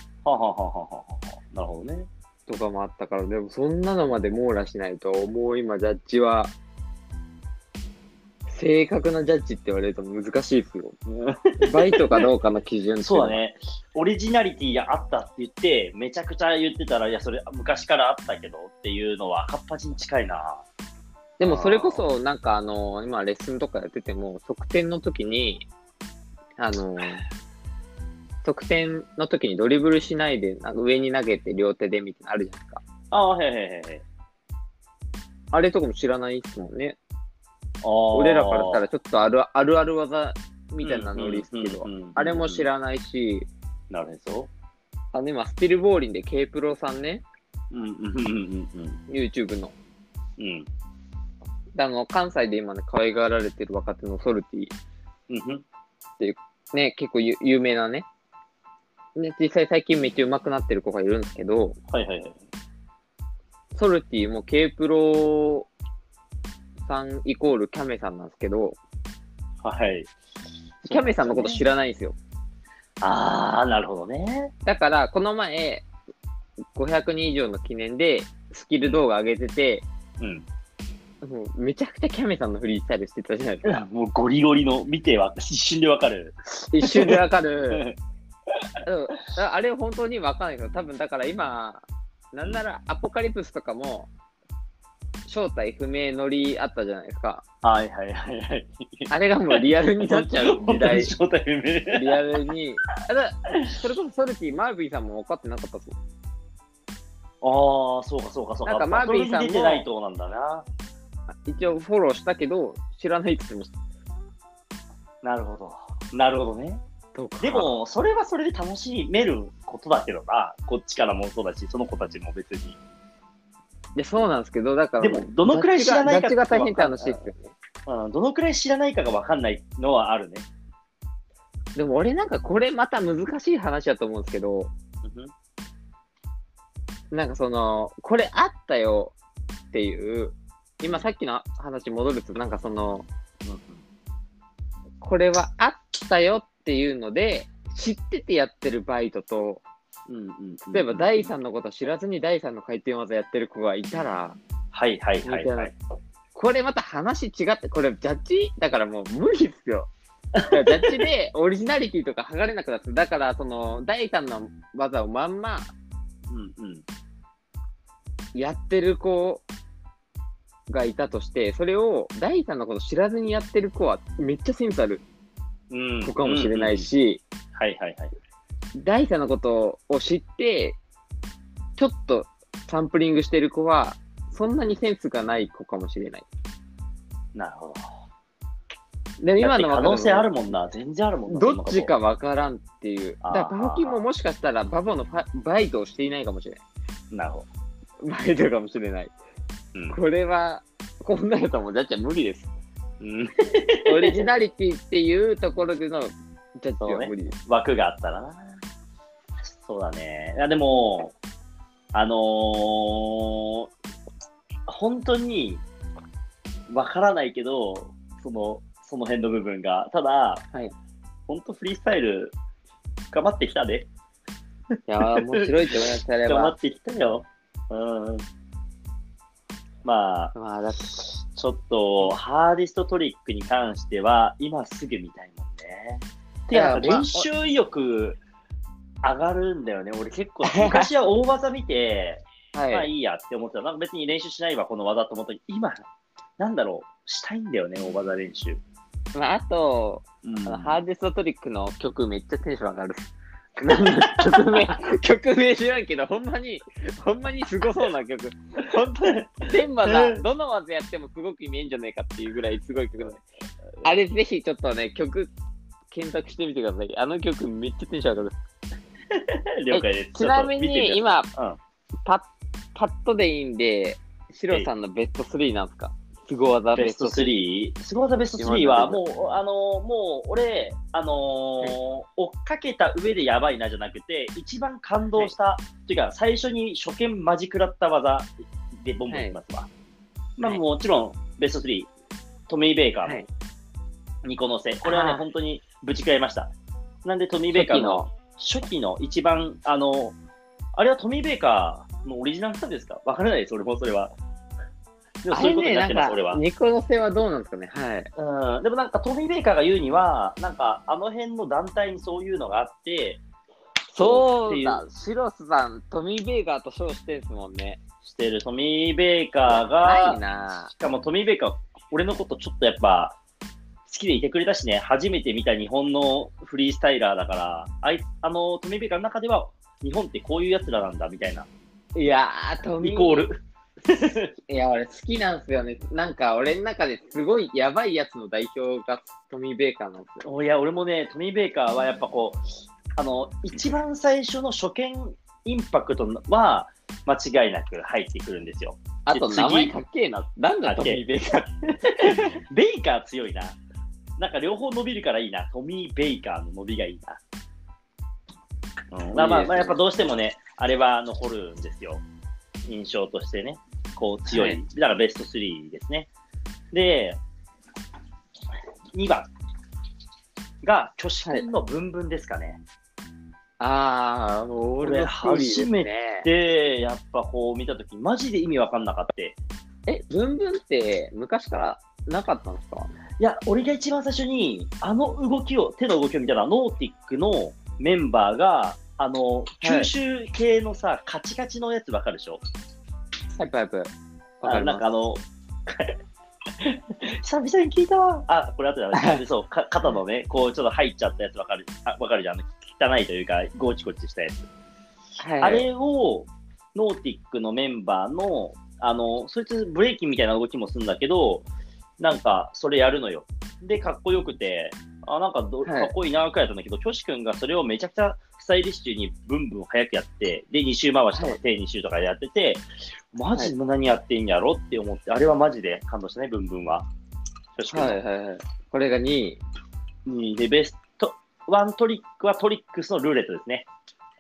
なるほどね。 とかもあったから、でもそんなのまで網羅しないと、もう今ジャッジは、正確なジャッジって言われると難しいですよ。バイトかどうかの基準って。 そうだね。オリジナリティがあったって言って、めちゃくちゃ言ってたら、いや、それ昔からあったけどっていうのは、カッパチに近いな。 でもそれこそ、なんか今レッスンとかやってても、側転の時に、側転の時にドリブルしないで、なんか上に投げて両手でみたいなのあるじゃないですか。あれとかも知らないっすもんね。俺らからしたらちょっとあるある技みたいなノリですけど、あれも知らないし、 なるほど。今、スピルボーリンで K プロさんね、YouTube の。関西で今ね、可愛がられてる若手のソルティっていう、ね、結構有名なね、実際最近めっちゃ上手くなってる子がいるんですけど、ソルティも K プロさんイコールキャメさんなんですけど、キャメさんのこと知らないんですよ。 なるほどね。 だから、この前、500人以上の記念でスキル動画上げてて、もうめちゃくちゃキャメさんのフリースタイルしてたじゃないですか。 もうゴリゴリの、見ては一瞬でわかる。 一瞬でわかる。あれ本当にわかんないけど、多分だから今、なんならアポカリプスとかも、正体不明ノリあったじゃないですか。あれがもうリアルになっちゃう時代。 正体不明。 リアルに。それこそソルティ、マービーさんも分かってなかったそう。 そうか。 なんかマービーさんも出てないとなんだな。 一応フォローしたけど、知らないって言ってました。 なるほどね。でも、それはそれで楽しめることだけどな。こっちからもそうだし、その子たちも別に。 で、そうなんですけど、だから、 でも、どのくらい知らないかが大変楽しいですよね。どのくらい知らないかが分かんないのはあるね。 でも、俺なんかこれまた難しい話だと思うんですけど、なんかこれあったよっていう、今さっきの話戻ると、なんかこれはあったよっていうので、知っててやってるバイトと、例えば第3のこと知らずに第3の回転技やってる子がいたら、これまた話違って、これジャッジだからもう無理ですよ。ジャッジでオリジナリティとか剥がれなくなって、だから第3の技をまんまやってる子がいたとして、それを第3のこと知らずにやってる子はめっちゃセンスある子かもしれないし、第3のことを知って、ちょっとサンプリングしてる子は、そんなにセンスがない子かもしれない。 なるほど。 でも今の可能性あるもんな。全然あるもんな。 どっちかわからんっていう。だからバボキももしかしたらバボのバイトをしていないかもしれない。 なるほど。バイトかもしれない。これは、こんなやつはもうジャッジは無理です。オリジナリティっていうところでのジャッジは無理です。 枠があったらな。そうだね。いやでも、本当にわからないけど、その辺の部分が。ただ、本当フリースタイル頑張ってきたね。 いやー、面白いって思いました。 頑張ってきたよ。まあ、ちょっとハーディストトリックに関しては、今すぐ見たいもんね。てか、練習意欲上がるんだよね。俺結構、昔は大技見て、まあいいやって思ってた。なんか別に練習しないわ、この技と思ったけど、今、なんだろう、したいんだよね、大技練習。 あと、ハーディストトリックの曲めっちゃテンション上がる。曲名知らんけど、ほんまにすごそうな曲。本当に、全技、どの技やってもすごく見えんじゃないかっていうぐらいすごい曲だね。あれぜひちょっとね、曲検索してみてください。あの曲めっちゃテンション上がる。 了解です。 ちなみに今、パッとでいいんで、 シロさんのベスト3なんですか？スゴ技ベスト 3？ スゴ技ベスト3は、もう、俺、追っかけた上でやばいなじゃなくて、一番感動した、っていうか、最初に初見マジ食らった技でボンボンいきますわ。まあ、もちろん、ベスト3、トミー・ベイカーの2個乗せ。これはね、本当にぶち食らいました。なんで、トミー・ベイカーの初期の一番、あれはトミー・ベイカーのオリジナルなんですか？わからないです、俺もそれは。でもそういうことになってます、俺は。 ニコ乗せはどうなんですかね。はい。 でもなんかトミー・ベイカーが言うには、なんかあの辺の団体にそういうのがあって、 そうだ、シロスさん、トミー・ベイカーと称してるんですもんね。 してるトミー・ベイカーが、しかもトミー・ベイカー、俺のことちょっとやっぱ好きでいてくれたしね、初めて見た日本のフリースタイラーだから、トミー・ベイカーの中では、日本ってこういうやつらなんだみたいな。 いやー、トミー。 イコール。 いや、俺好きなんですよね。なんか俺の中ですごいやばいやつの代表がトミー・ベイカーなんですよ。 いや、俺もね、トミー・ベイカーはやっぱこう、一番最初の初見インパクトは間違いなく入ってくるんですよ。 あと名前かっけえな。なんだトミー・ベイカー。 ベイカー強いな。なんか両方伸びるからいいな。トミー・ベイカーの伸びがいいな。まあやっぱどうしてもね、あれは残るんですよ。印象としてね。こう強い。だからベスト3ですね。で、2番が挙手君のブンブンですかね。 俺初めてやっぱこう見たとき、マジで意味わかんなかった。 ブンブンって昔からなかったんですか？ いや、俺が一番最初に手の動きを見たのはノーティックのメンバーが、九州系のさ、カチカチのやつわかるでしょ？ はい。 なんか久々に聞いたわ。これ後でそう、肩のね、こうちょっと入っちゃったやつわかるじゃん。汚いというか、ゴチゴチしたやつ。あれを、ノーティックのメンバーの、そいつブレイキンみたいな動きもするんだけど、なんか、それやるのよ。で、かっこよくて、なんかかっこいいなくらいだったんだけど、挙手君がそれをめちゃくちゃスタイリッシュにブンブン早くやって、で、2周回しとか手2周とかでやってて、マジで何やってんやろって思って、あれはマジで感動したね、ブンブンは。 挙手君。これが2位。 2位で、ベスト1トリックはトリックスのルーレットですね。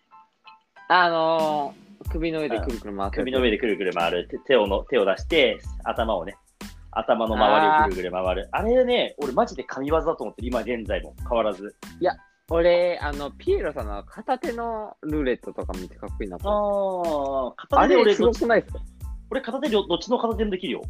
首の上でくるくる回る。 首の上でくるくる回る。手を出して、頭の周りをぐるぐる回る。あれね、俺マジで神業だと思ってる。今現在も変わらず。 いや、俺、ピエロさんの片手のルーレットとか見てかっこいいなと。 片手で俺すごくないですか？ 俺片手でどっちの片手でもできるよ。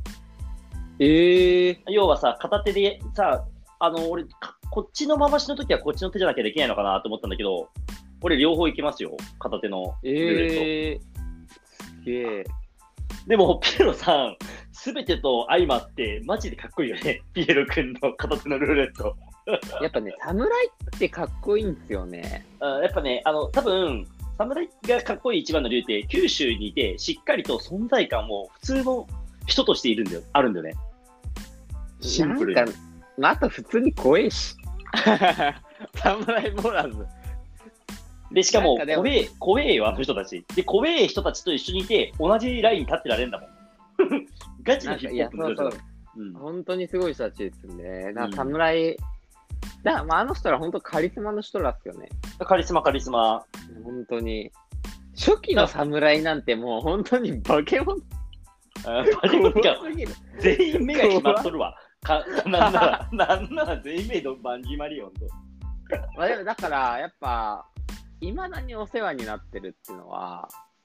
要はさ、片手でさ、俺、こっちの回しの時はこっちの手じゃなきゃできないのかなと思ったんだけど、俺両方いけますよ。片手のルーレット。 すげえ。 でも、ピエロさん、すべてと相まって、マジでかっこいいよね。ピエロ君の片手のルーレット。 やっぱね、侍ってかっこいいんですよね。 やっぱね、多分、侍がかっこいい一番の理由って、九州にいて、しっかりと存在感も普通の人としてあるんだよね。シンプルに。 あと普通に怖いし。侍もらず。 で、しかも、怖えよ、あの人たち。で、怖え人たちと一緒にいて、同じラインに立ってられるんだもん。ガチのヒップホップそう。本当にすごい人たちですよね。侍、あの人ら本当カリスマの人らっすよね。 カリスマ。 本当に。初期の侍なんてもう本当に化け物。 化け物か。全員目が決まっとるわ。なんなら全員目のバンギマリオンと。 でもだから、やっぱ、いまだにお世話になってるっていうのは、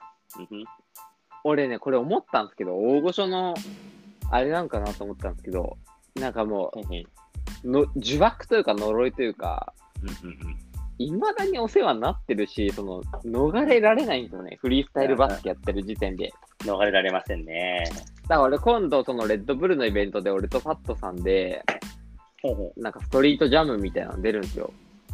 俺ね、これ思ったんですけど、大御所の、あれなんかなと思ったんですけど、なんかもう、呪縛というか呪いというか、いまだにお世話になってるし、逃れられないんですよね。フリースタイルバスケやってる時点で。 逃れられませんね。だから俺今度、レッドブルのイベントで俺とファットさんで、なんかストリートジャムみたいなの出るんですよ。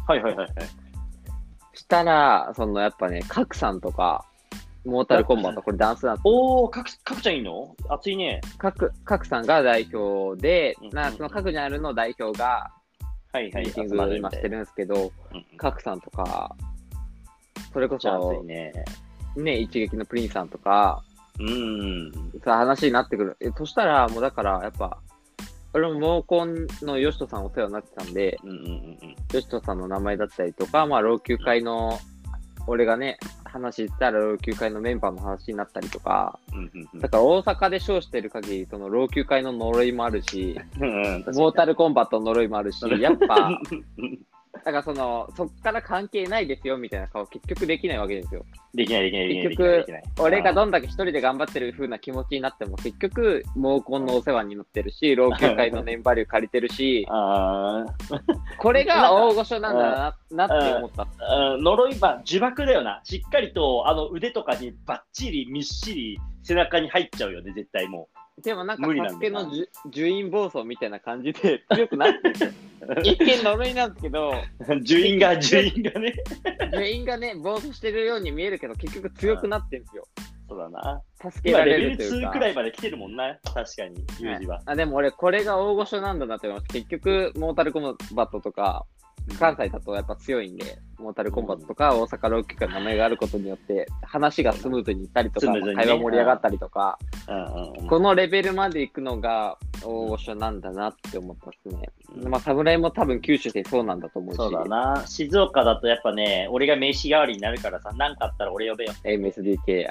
したら、やっぱね、カクさんとか、モータルコンバット、これダンスなんですよ。 カクちゃんいいの？熱いね。 カクさんが代表で、そのカクジャンルの代表が、ミーティング今してるんですけど、カクさんとか、それこそ、ね、一撃のプリンさんとか、 さ話になってくる。そしたら、もうだから、やっぱ、俺も毛根のヨシトさんお世話になってたんで、ヨシトさんの名前だったりとか、まあ、老朽会の、俺がね、話したら老朽会のメンバーの話になったりとか、だから大阪で称してる限り、その老朽会の呪いもあるし、モータルコンバットの呪いもあるし、やっぱ、だからそっから関係ないですよみたいな顔結局できないわけですよ。 できない。 結局、俺がどんだけ一人で頑張ってる風な気持ちになっても、結局、毛根のお世話になってるし、老朽会の年バリュー借りてるし、これが大御所なんだなって思った。 呪いは呪縛だよな。しっかりと腕とかにバッチリみっしり背中に入っちゃうよね、絶対もう。 でもなんか、サスケの呪印暴走みたいな感じで強くなってる。一見呪いなんですけど、 呪印がね、暴走してるように見えるけど、結局強くなってるんですよ。 そうだな。 助けられるというか。 レベル2くらいまで来てるもんな、確かに、ユージは。 でも俺、これが大御所なんだなって思います。結局、モータルコンバットとか、関西だとやっぱ強いんで、モータルコンバットとか大阪老朽化の名前があることによって話がスムーズにいったりとか、会話盛り上がったりとか、このレベルまで行くのが大御所なんだなって思ったですね。まあ侍も多分九州でそうなんだと思うし。 そうだな。静岡だとやっぱね、俺が名刺代わりになるからさ、なんかあったら俺呼べよ。 MSDK。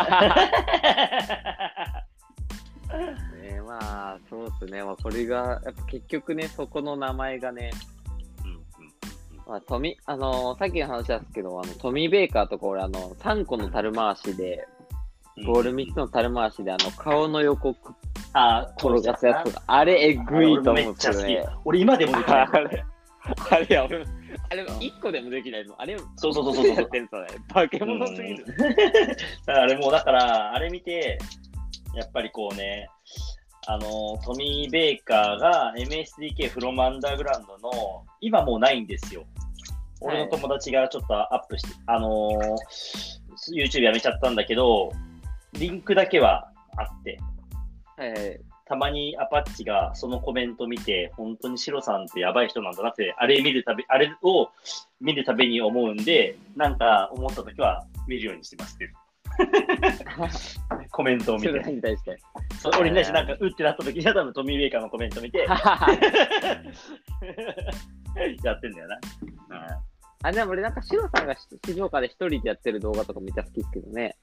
まあそうですね。まあこれがやっぱ結局ね、そこの名前がね。まあ、さっきの話ですけど、トミー・ベイカーとか俺、3個の樽回しで、ボール3つの樽回しで、顔の横転がすやつとか、あれ、えぐいと思う。 めっちゃ好き。俺、今でもできない。 あれ、1個でもできないの。あれ、 そう。 やってるとね、化け物すぎる。 あれもう、だから、あれ見て、やっぱりこうね、トミー・ベイカーが MSDK フロムアンダーグラウンドの、今もうないんですよ。俺の友達がちょっとアップして、YouTube やめちゃったんだけど、リンクだけはあって、たまにアパッチがそのコメント見て、本当にシロさんってやばい人なんだなって、あれを見るたびに思うんで、なんか思った時は見るようにしてますっていう。コメントを見て。 に対して。 俺に対してなんかうってなった時に、多分トミー・ベイカーのコメント見て、やってんだよな。 でも俺なんかシロさんが静岡で一人でやってる動画とかめっちゃ好きですけどね。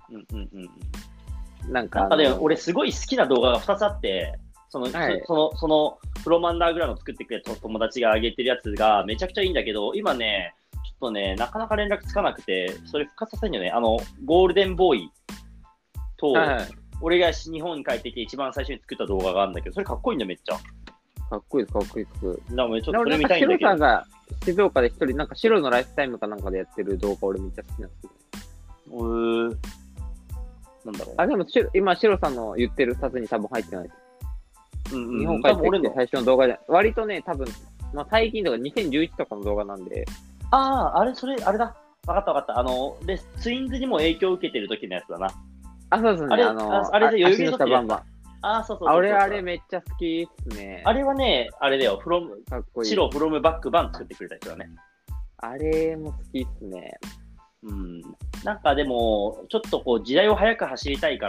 なんかでも俺すごい好きな動画が2つあって、そのフロムアンダーグラウンド作ってくれた友達が上げてるやつがめちゃくちゃいいんだけど、今ね、ちょっとね、なかなか連絡つかなくて、それ復活させるんだよね。ゴールデンボーイと、俺が日本に帰ってきて一番最初に作った動画があるんだけど、それかっこいいんだよ、めっちゃ。 かっこいいです。だからちょっとそれ見たいんだけど。 シロさんが静岡で一人、なんかシロのライフタイムかなんかでやってる動画俺めっちゃ好きなんですけど。 なんだろう。 でも今シロさんの言ってる2つに多分入ってないです。日本帰ってきて最初の動画で、割とね、多分、まあ最近とか2011とかの動画なんで。 あれだ。わかった。ツインズにも影響を受けてる時のやつだな。 そうですね。 あれで余裕の時バンバン。 そう。 俺あれめっちゃ好きっすね。 あれはね、あれだよ、白フロムバックバン作ってくれた人だね。 あれも好きっすね。 なんかでも、ちょっとこう時代を早く走りたいから、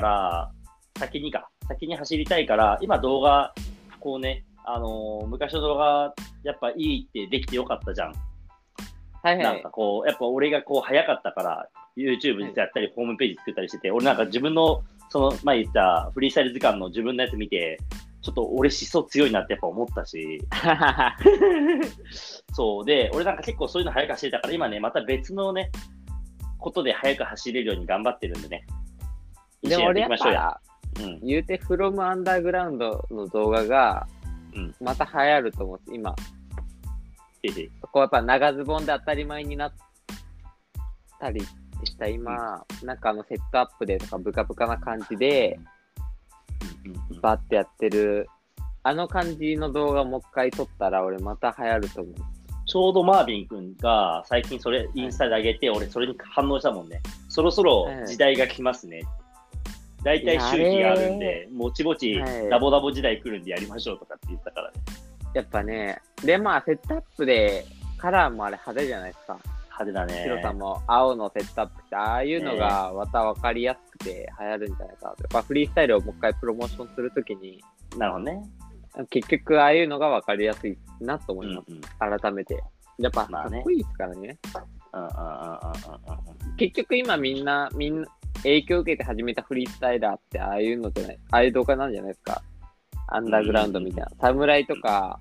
先に走りたいから、今動画、こうね、昔の動画、やっぱいいってできてよかったじゃん。なんかこう、やっぱ俺がこう早かったから、YouTube でやったり、ホームページ作ったりしてて、俺なんか自分の、その前言ったフリースタイル図鑑の自分のやつ見て、ちょっと俺思想強いなってやっぱ思ったし。そうで、俺なんか結構そういうの早く走れたから、今ね、また別のね、ことで早く走れるように頑張ってるんでね。 でも俺やっぱ、言うてフロムアンダーグラウンドの動画が、また流行ると思って、今。こうやっぱ長ズボンで当たり前になったりした今、なんかセットアップでとかブカブカな感じで、バッてやってる、感じの動画もう一回撮ったら俺また流行ると思う。 ちょうどマービン君が最近それインスタで上げて、俺それに反応したもんね。そろそろ時代が来ますね。だいたい周期があるんで、もちもちダボダボ時代来るんでやりましょうとかって言ったからね。 やっぱね、でまあセットアップでカラーもあれ派手じゃないですか。 派手だね。 白さんも青のセットアップして、ああいうのがまた分かりやすくて流行るんじゃないかなと。やっぱフリースタイルをもう一回プロモーションするときに、 なるほどね。 結局ああいうのが分かりやすいなと思います。改めて。やっぱかっこいいですからね。結局今みんな影響を受けて始めたフリースタイラーってああいうのじゃない、ああいう動画なんじゃないですか。アンダーグラウンドみたいな。侍とか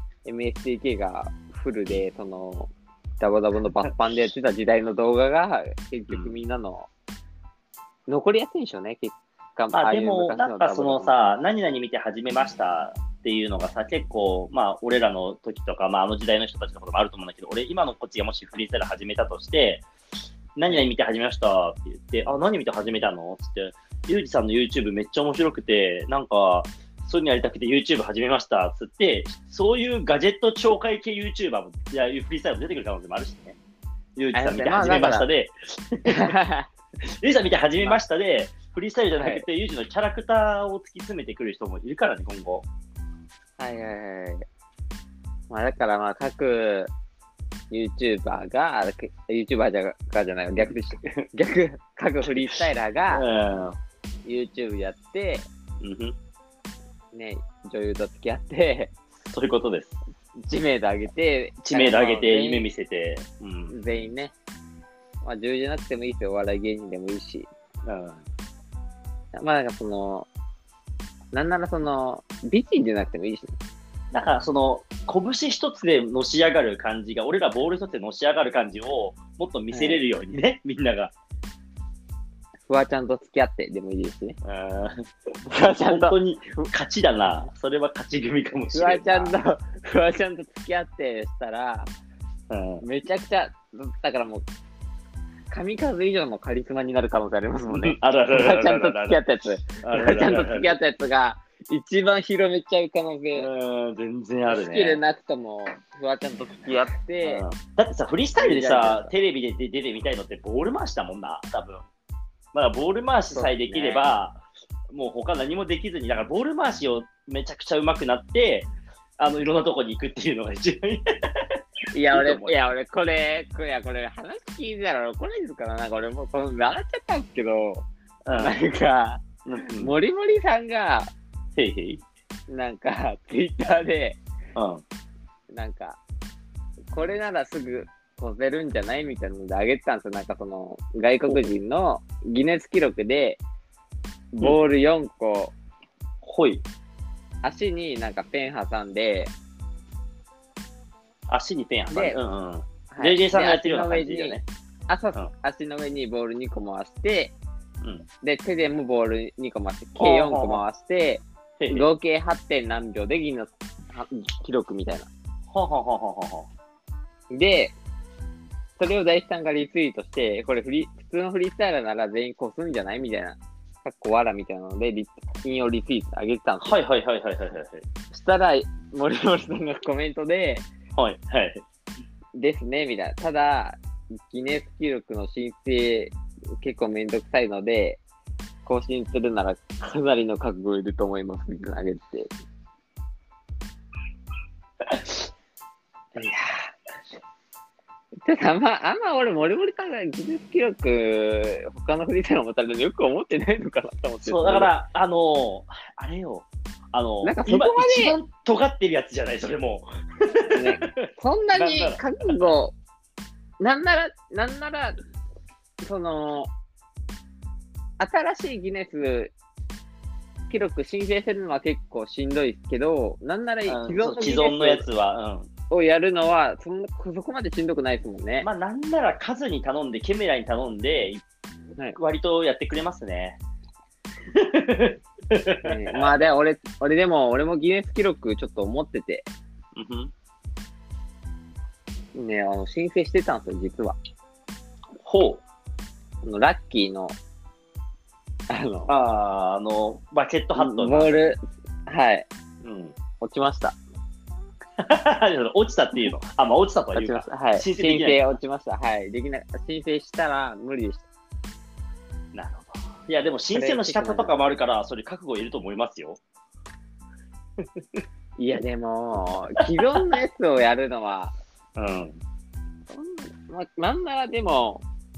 MSTK がフルで、その、ダボダボのバッパンでやってた時代の動画が、結局みんなの、残りやすいんでしょうね、結果。 まあでも、なんかそのさ、何々見て始めましたっていうのがさ、結構、まあ俺らの時とか、まああの時代の人たちのこともあると思うんだけど、俺今のこっちがもしフリースタイル始めたとして、何々見て始めましたって言って、あ、何見て始めたのって言って、ゆうじさんの YouTube めっちゃ面白くて、なんか、そういうのやりたくて YouTube 始めましたっつって、そういうガジェット紹介系 YouTuber も、いや、フリースタイルも出てくる可能性もあるしね。ゆうじさん見て始めましたで、ゆうじさん見て始めましたで、フリースタイルじゃなくて、ゆうじのキャラクターを突き詰めてくる人もいるからね、今後。 はいはいはい。まあだからまあ各 YouTuber が、YouTuber じゃないよ、逆でした。各フリースタイラーが YouTube やって、ね、女優と付き合って、 そういうことです。 知名度上げて、 夢見せて、 全員ね。まあ女優じゃなくてもいいですよ、お笑い芸人でもいいし。まあなんかその、なんならその、美人じゃなくてもいいしね。 だからその、拳一つでのし上がる感じが、俺らボール一つでのし上がる感じをもっと見せれるようにね、みんなが。 フワちゃんと付き合ってでもいいですね。 フワちゃんと。本当に勝ちだな。それは勝ち組かもしれない。 フワちゃんと付き合ってしたら、めちゃくちゃ、だからもう、神数以上のカリスマになる可能性ありますもんね。フワちゃんと付き合ったやつ。フワちゃんと付き合ったやつが、一番広めちゃう可能性。 全然あるね。 好きでなくとも、フワちゃんと付き合って。 だってさ、フリースタイルでさ、テレビで出てみたいのってボール回しだもんな、多分。まあ、ボール回しさえできれば、もう他何もできずに、だからボール回しをめちゃくちゃ上手くなって、いろんなとこに行くっていうのが一番いい。 いや、俺、これ、話聞いてたら怒られるからな、俺もう、笑っちゃったんですけど、なんか、もりもりさんが、なんか、ツイッターで、なんか、これならすぐ、越せるんじゃないみたいなのであげてたんですよ。なんかその外国人のギネス記録でボール4個、足になんかペン挟んで、 足にペン挟んで、JJ さんがやってるような感じだよね。 足の上にボール2個回して、で手でもボール2個回して、計4個回して、合計 8. 点何秒でギネス記録みたいな。で、それを大地さんがリツイートして、これ普通のフリースタイルなら全員越すんじゃないみたいな、かっこわらみたいなので、引用リツイートあげてたんですよ。そしたら、森さんがコメントで、ですね、みたいな。ただ、ギネス記録の申請結構めんどくさいので、更新するならかなりの覚悟いると思います、みたいなあげてて。いやちょっとあんま俺、森さんがギネス記録、他のフリースタイルを持たれるのよく思ってないのかなと思って。 そう、だから、あれよ、 なんかそこまで一番尖ってるやつじゃない、それも。 ね、そんなに覚悟、なんなら、その、新しいギネス記録申請するのは結構しんどいですけど、なんなら既存のやつは、 をやるのはそこまでしんどくないですもんね。 まあなんなら数に頼んで、ケメラに頼んで、割とやってくれますね。 まあ俺もギネス記録ちょっと思ってて。ね、申請してたんですよ、実は。ラッキーの、 バケットハットボール、落ちました。 落ちたっていうの。まあ落ちたとは言うか。 申請落ちました。申請したら無理でした。 なるほど。いや、でも申請の仕方とかもあるから、それ覚悟いると思いますよ。 いや、でも、既存のやつをやるのは、 なんならでも、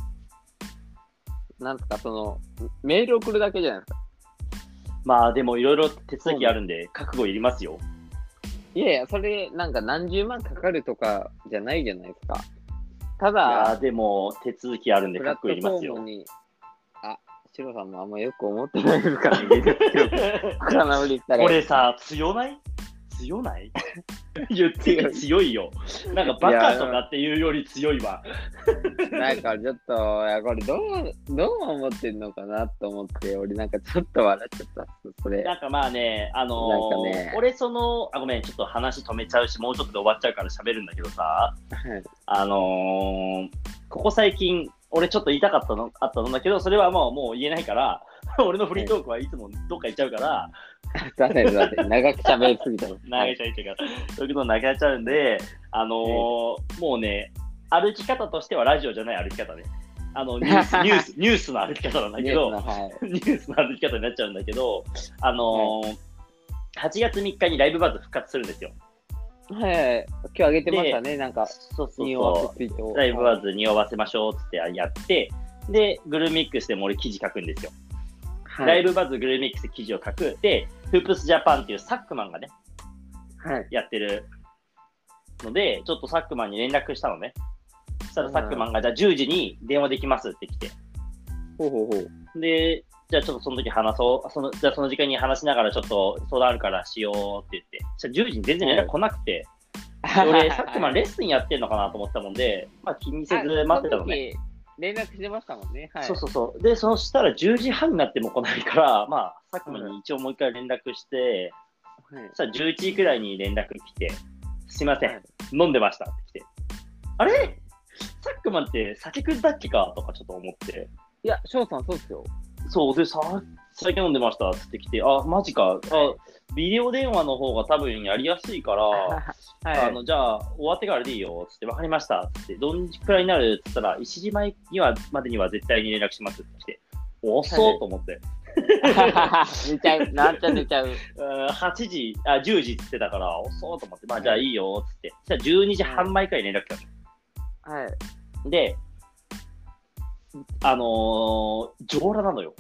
なんすか、メール送るだけじゃないですか。 まあでもいろいろ手続きあるんで、覚悟いりますよ。 いやいや、それ、なんか何十万かかるとかじゃないじゃないですか。たいだ、 やでも手続きあるんで覚悟いりますよ。 シロさんもあんまよく思ってないですからね。 これさ、強ない言ってて強いよ。なんかバカとかっていうより強いわ。 なんかちょっと、これどう思ってんのかなと思って、俺なんかちょっと笑っちゃった。それ。 なんかまあね、俺ごめん、ちょっと話止めちゃうし、もうちょっとで終わっちゃうから喋るんだけどさ、ここ最近、俺ちょっと言いたかったのあったんだけど、それはもう言えないから、俺のフリートークはいつもどっか行っちゃうから、 長く喋りすぎたの。 長いちゃうから、そういうことなくなっちゃうんで、もうね、歩き方としてはラジオじゃない歩き方ね。ニュースの歩き方なんだけど、ニュースの歩き方になっちゃうんだけど、8月3日にライブバズ復活するんですよ。 はい、今日あげてましたね、なんか。 ライブバズ匂わせましょうってやって、で、グルーミックスでも俺記事書くんですよ。ライブバズグルーミックスで記事を書く。で、フープスジャパンっていうサックマンがね、やってるので、ちょっとサックマンに連絡したのね。そしたらサックマンが、じゃあ10時に電話できますって来て。で、じゃあちょっとその時話そう。じゃあその時間に話しながらちょっと相談あるからしようって言って。じゃあ10時に全然連絡来なくて。俺、サックマンレッスンやってんのかなと思ったもんで、まあ気にせず待ってたのね。 連絡してましたもんね。 そう。で、そしたら10時半になっても来ないから、まあ、サックマンに一応もう一回連絡して、そしたら11時くらいに連絡来て、すいません、飲んでましたって来て。あれサックマンって酒食ったっけかとかちょっと思って。 いや、翔さんそうですよ。 そうで、酒飲んでましたって来て、あ、マジか。ビデオ電話の方が多分やりやすいから、じゃあ終わってからでいいよつって、わかりましたつって、どんくらいになるって言ったら、1時前までには絶対に連絡しますって来て、遅っと思って。 寝ちゃう。なっちゃ寝ちゃう。 10時って言ってたから、遅っと思って、まあじゃあいいよつって、じゃあ12時半前くらいに連絡来たの。で、上裸なのよ。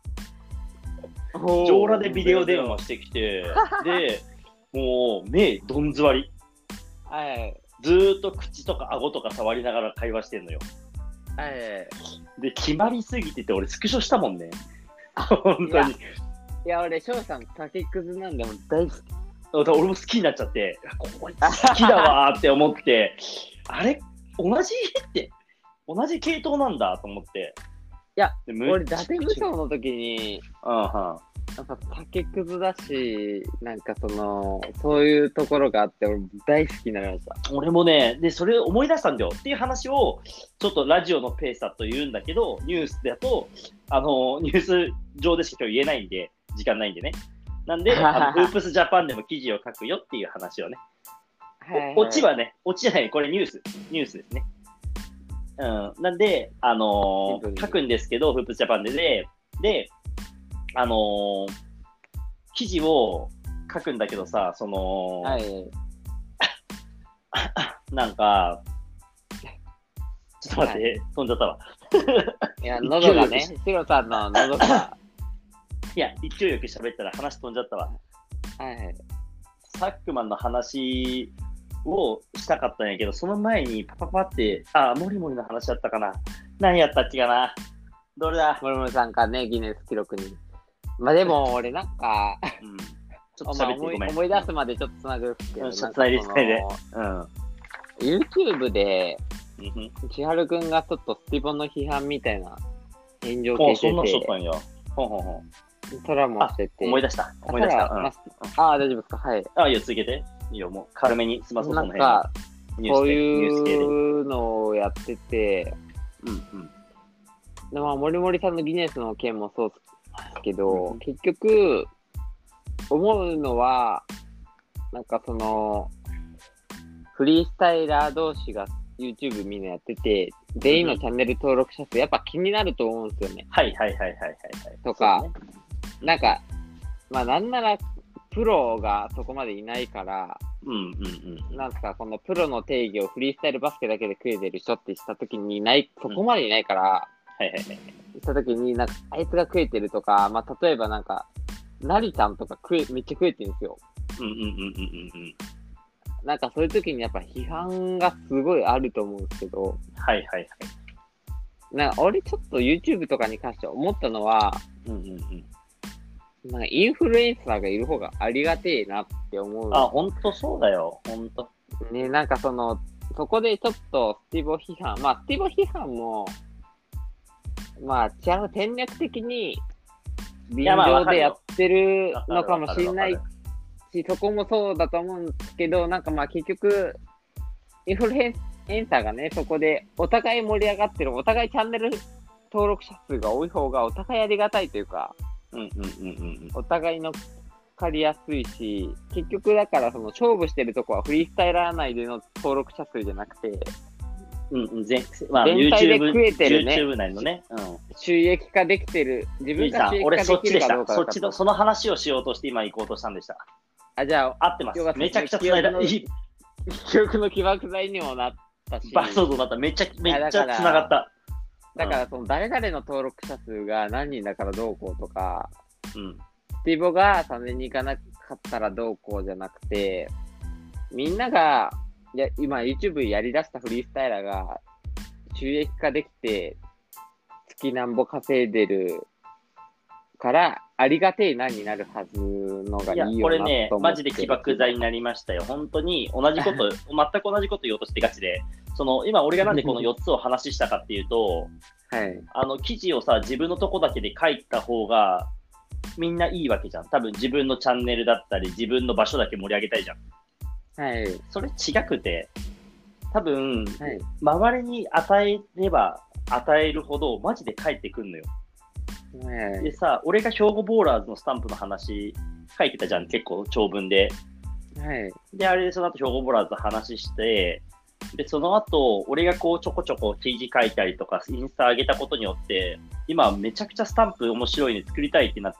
上裸でビデオ電話してきて、で、もう目どん座り。ずーっと口とか顎とか触りながら会話してんのよ。で、決まりすぎてて、俺スクショしたもんね。本当に。 いや、俺、翔さん、酒くずなんでも大好き。 俺も好きになっちゃって、こいつ好きだわーって思って、あれ同じ系統なんだと思って。 いや、俺、伊達武装の時に、やっぱ酒くずだし、なんかそういうところがあって、俺大好きになりました。 俺もね、で、それを思い出したんだよっていう話を、ちょっとラジオのペースだと言うんだけど、ニュースだと、ニュース上でしか今日言えないんで、時間ないんでね。なんで、フープスジャパンでも記事を書くよっていう話をね。オチはね、オチじゃない、これニュースですね。なんで、書くんですけど、フープスジャパンで、記事を書くんだけどさ、なんか、ちょっと待って、飛んじゃったわ。 いや、喉がね、シロさんの喉が。 いや、勢いよく喋ったら話飛んじゃったわ。サックマンの話をしたかったんやけど、その前にパって、モリモリの話だったかな。何やったっけかな。どれだ。 モリモリさんかね、ギネス記録に。まあでも、俺なんか、 ちょっと喋ってごめん。 思い出すまでちょっとつなぐっすけど、 つないで。 YouTube で、千春くんがちょっとスティボンの批判みたいな炎上系してて、 そんなしとったんや。 トラもしてて。 思い出した。大丈夫ですか。はい。 いいよ、続けて。いいよ、もう軽めに済まそう、その辺。 なんか、こういうのをやってて、で、まあ、モリモリさんのギネスの件もそうですけど、結局、思うのは、なんかフリースタイラー同士が YouTube みんなやってて、全員のチャンネル登録者数やっぱ気になると思うんですよね。とか、なんか、まあなんならプロがそこまでいないから、 うんうんうん。 なんかこのプロの定義をフリースタイルバスケだけで食えてる人ってしたときにそこまでいないから、 はいはいはい。 したときに、なんかあいつが食えてるとか、まあ例えばなんか、なりちゃんとかめっちゃ食えてるんですよ。 うんうんうんうんうんなんかそういうときにやっぱ批判がすごいあると思うんですけど、 はいはいはい。 なんか俺ちょっと YouTube とかに関して思ったのは、 うんうんうん。 なんかインフルエンサーがいる方がありがてえなって思う。 あ、ほんとそうだよ。ほんと。 ね、なんかそこでちょっとスティーボ批判、まあスティーボ批判も、まあ違う戦略的に便乗でやってるのかもしれないし、そこもそうだと思うんですけど、なんかまあ結局、インフルエンサーがね、そこでお互い盛り上がってる、お互いチャンネル登録者数が多い方がお互いありがたいというか、お互いの借りやすいし、結局だからその勝負してるとこはフリースタイラー内での登録者数じゃなくて、 まあ、 全体で食えてるね。 YouTube 内のね。 収益化できてる。自分が収益化できるかどうか。 そっちの、その話をしようとして今行こうとしたんでした。 あ、じゃあ、 合ってます。めちゃくちゃ繋いだ。 記憶の起爆剤にもなったし。 そうだった。めっちゃ繋がった。 だから、その誰々の登録者数が何人だからどうこうとか、スティーボが3年に行かなかったらどうこうじゃなくて、みんなが、今 YouTube やりだしたフリースタイラーが収益化できて、月なんぼ稼いでるから、ありがてえなになるはずのがいいよなと思って。いや、 これね、マジで起爆剤になりましたよ。本当に同じこと、全く同じこと言おうとしてガチで、今俺がなんでこの4つを話したかっていうと、 はい。 記事をさ、自分のとこだけで書いた方が、みんないいわけじゃん。多分自分のチャンネルだったり、自分の場所だけ盛り上げたいじゃん。 はい。 それ違くて、多分、はい、周りに与えれば与えるほど、マジで返ってくんのよ。はい、でさ、俺が兵庫ボーラーズのスタンプの話書いてたじゃん、結構長文で。 はい。 で、あれでその後兵庫ボーラーズの話して、で、その後、俺がこうちょこちょこ記事書いたりとか、インスタ上げたことによって、今めちゃくちゃスタンプ面白いね作りたいってなって、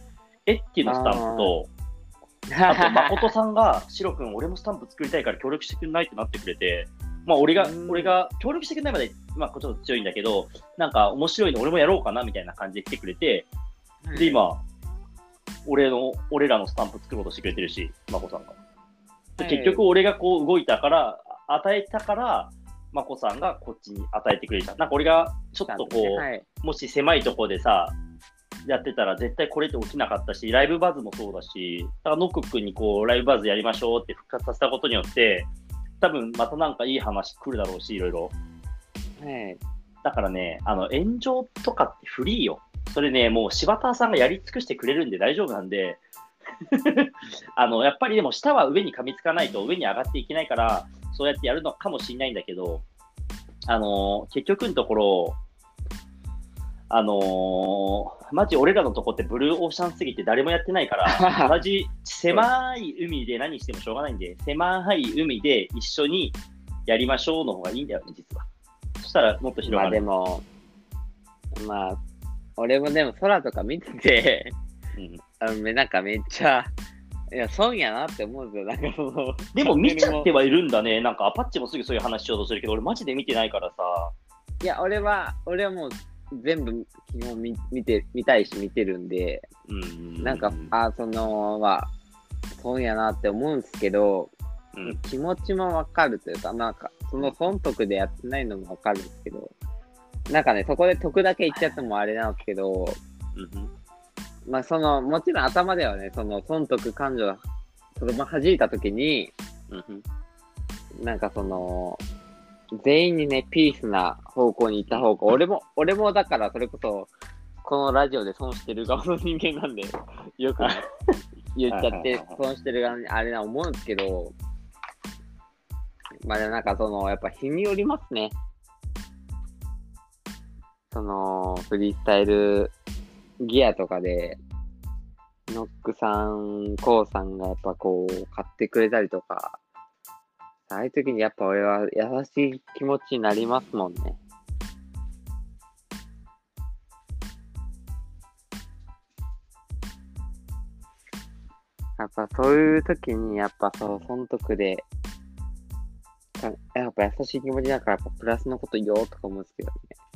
エッティのスタンプと、あと、誠さんが、シロ君、俺もスタンプ作りたいから協力してくれないってなってくれて、まあ、俺が協力してくれないまで、まあ、ちょっと強いんだけど、なんか面白いの俺もやろうかなみたいな感じで来てくれて、で、今、俺らのスタンプ作ろうとしてくれてるし、まこさんが。結局、俺がこう動いたから、与えたから、まこさんがこっちに与えてくれた。なんか俺がちょっとこう、もし狭いところでさ、やってたら絶対これって起きなかったし、ライブバズもそうだし、だからノック君にこう、ライブバズやりましょうって復活させたことによって、多分またなんかいい話来るだろうし、いろいろ。だからね、炎上とかってフリーよ。それね、もう柴田さんがやり尽くしてくれるんで大丈夫なんで、やっぱりでも下は上に噛みつかないと上に上がっていけないから、そうやってやるのかもしれないんだけど、結局のところ、マジ俺らのとこってブルーオーシャンすぎて誰もやってないから、同じ狭い海で何してもしょうがないんで、狭い海で一緒にやりましょうの方がいいんだよね、実は。そしたらもっと広がる。 まあ、俺もでも空とか見てて、なんかめっちゃ、いや、損やなって思うんですよ。なんかでも見ちゃってはいるんだね。なんかアパッチもすぐそういう話しようとするけど、俺マジで見てないからさ。 いや、俺はもう全部基本見たいし見てるんで、なんか、損やなって思うんですけど、気持ちもわかるというか、なんか、その損得でやってないのもわかるんですけど、なんかね、そこで得だけ言っちゃってもあれなんですけど、まあもちろん頭ではね、その損得感情が弾いたときに、なんか全員にね、ピースな方向に行った方が、俺もだからそれこそ、このラジオで損してる側の人間なんで、よくね、言っちゃって損してる側にあれな思うんですけど、まあなんかやっぱ日によりますね。フリースタイルギアとかで、ノックさん、コウさんがやっぱこう、買ってくれたりとか、ああいう時にやっぱ俺は優しい気持ちになりますもんね。 やっぱそういう時に、やっぱ損得で、やっぱ優しい気持ちだから、やっぱプラスのこと言おうとか思うんですけどね。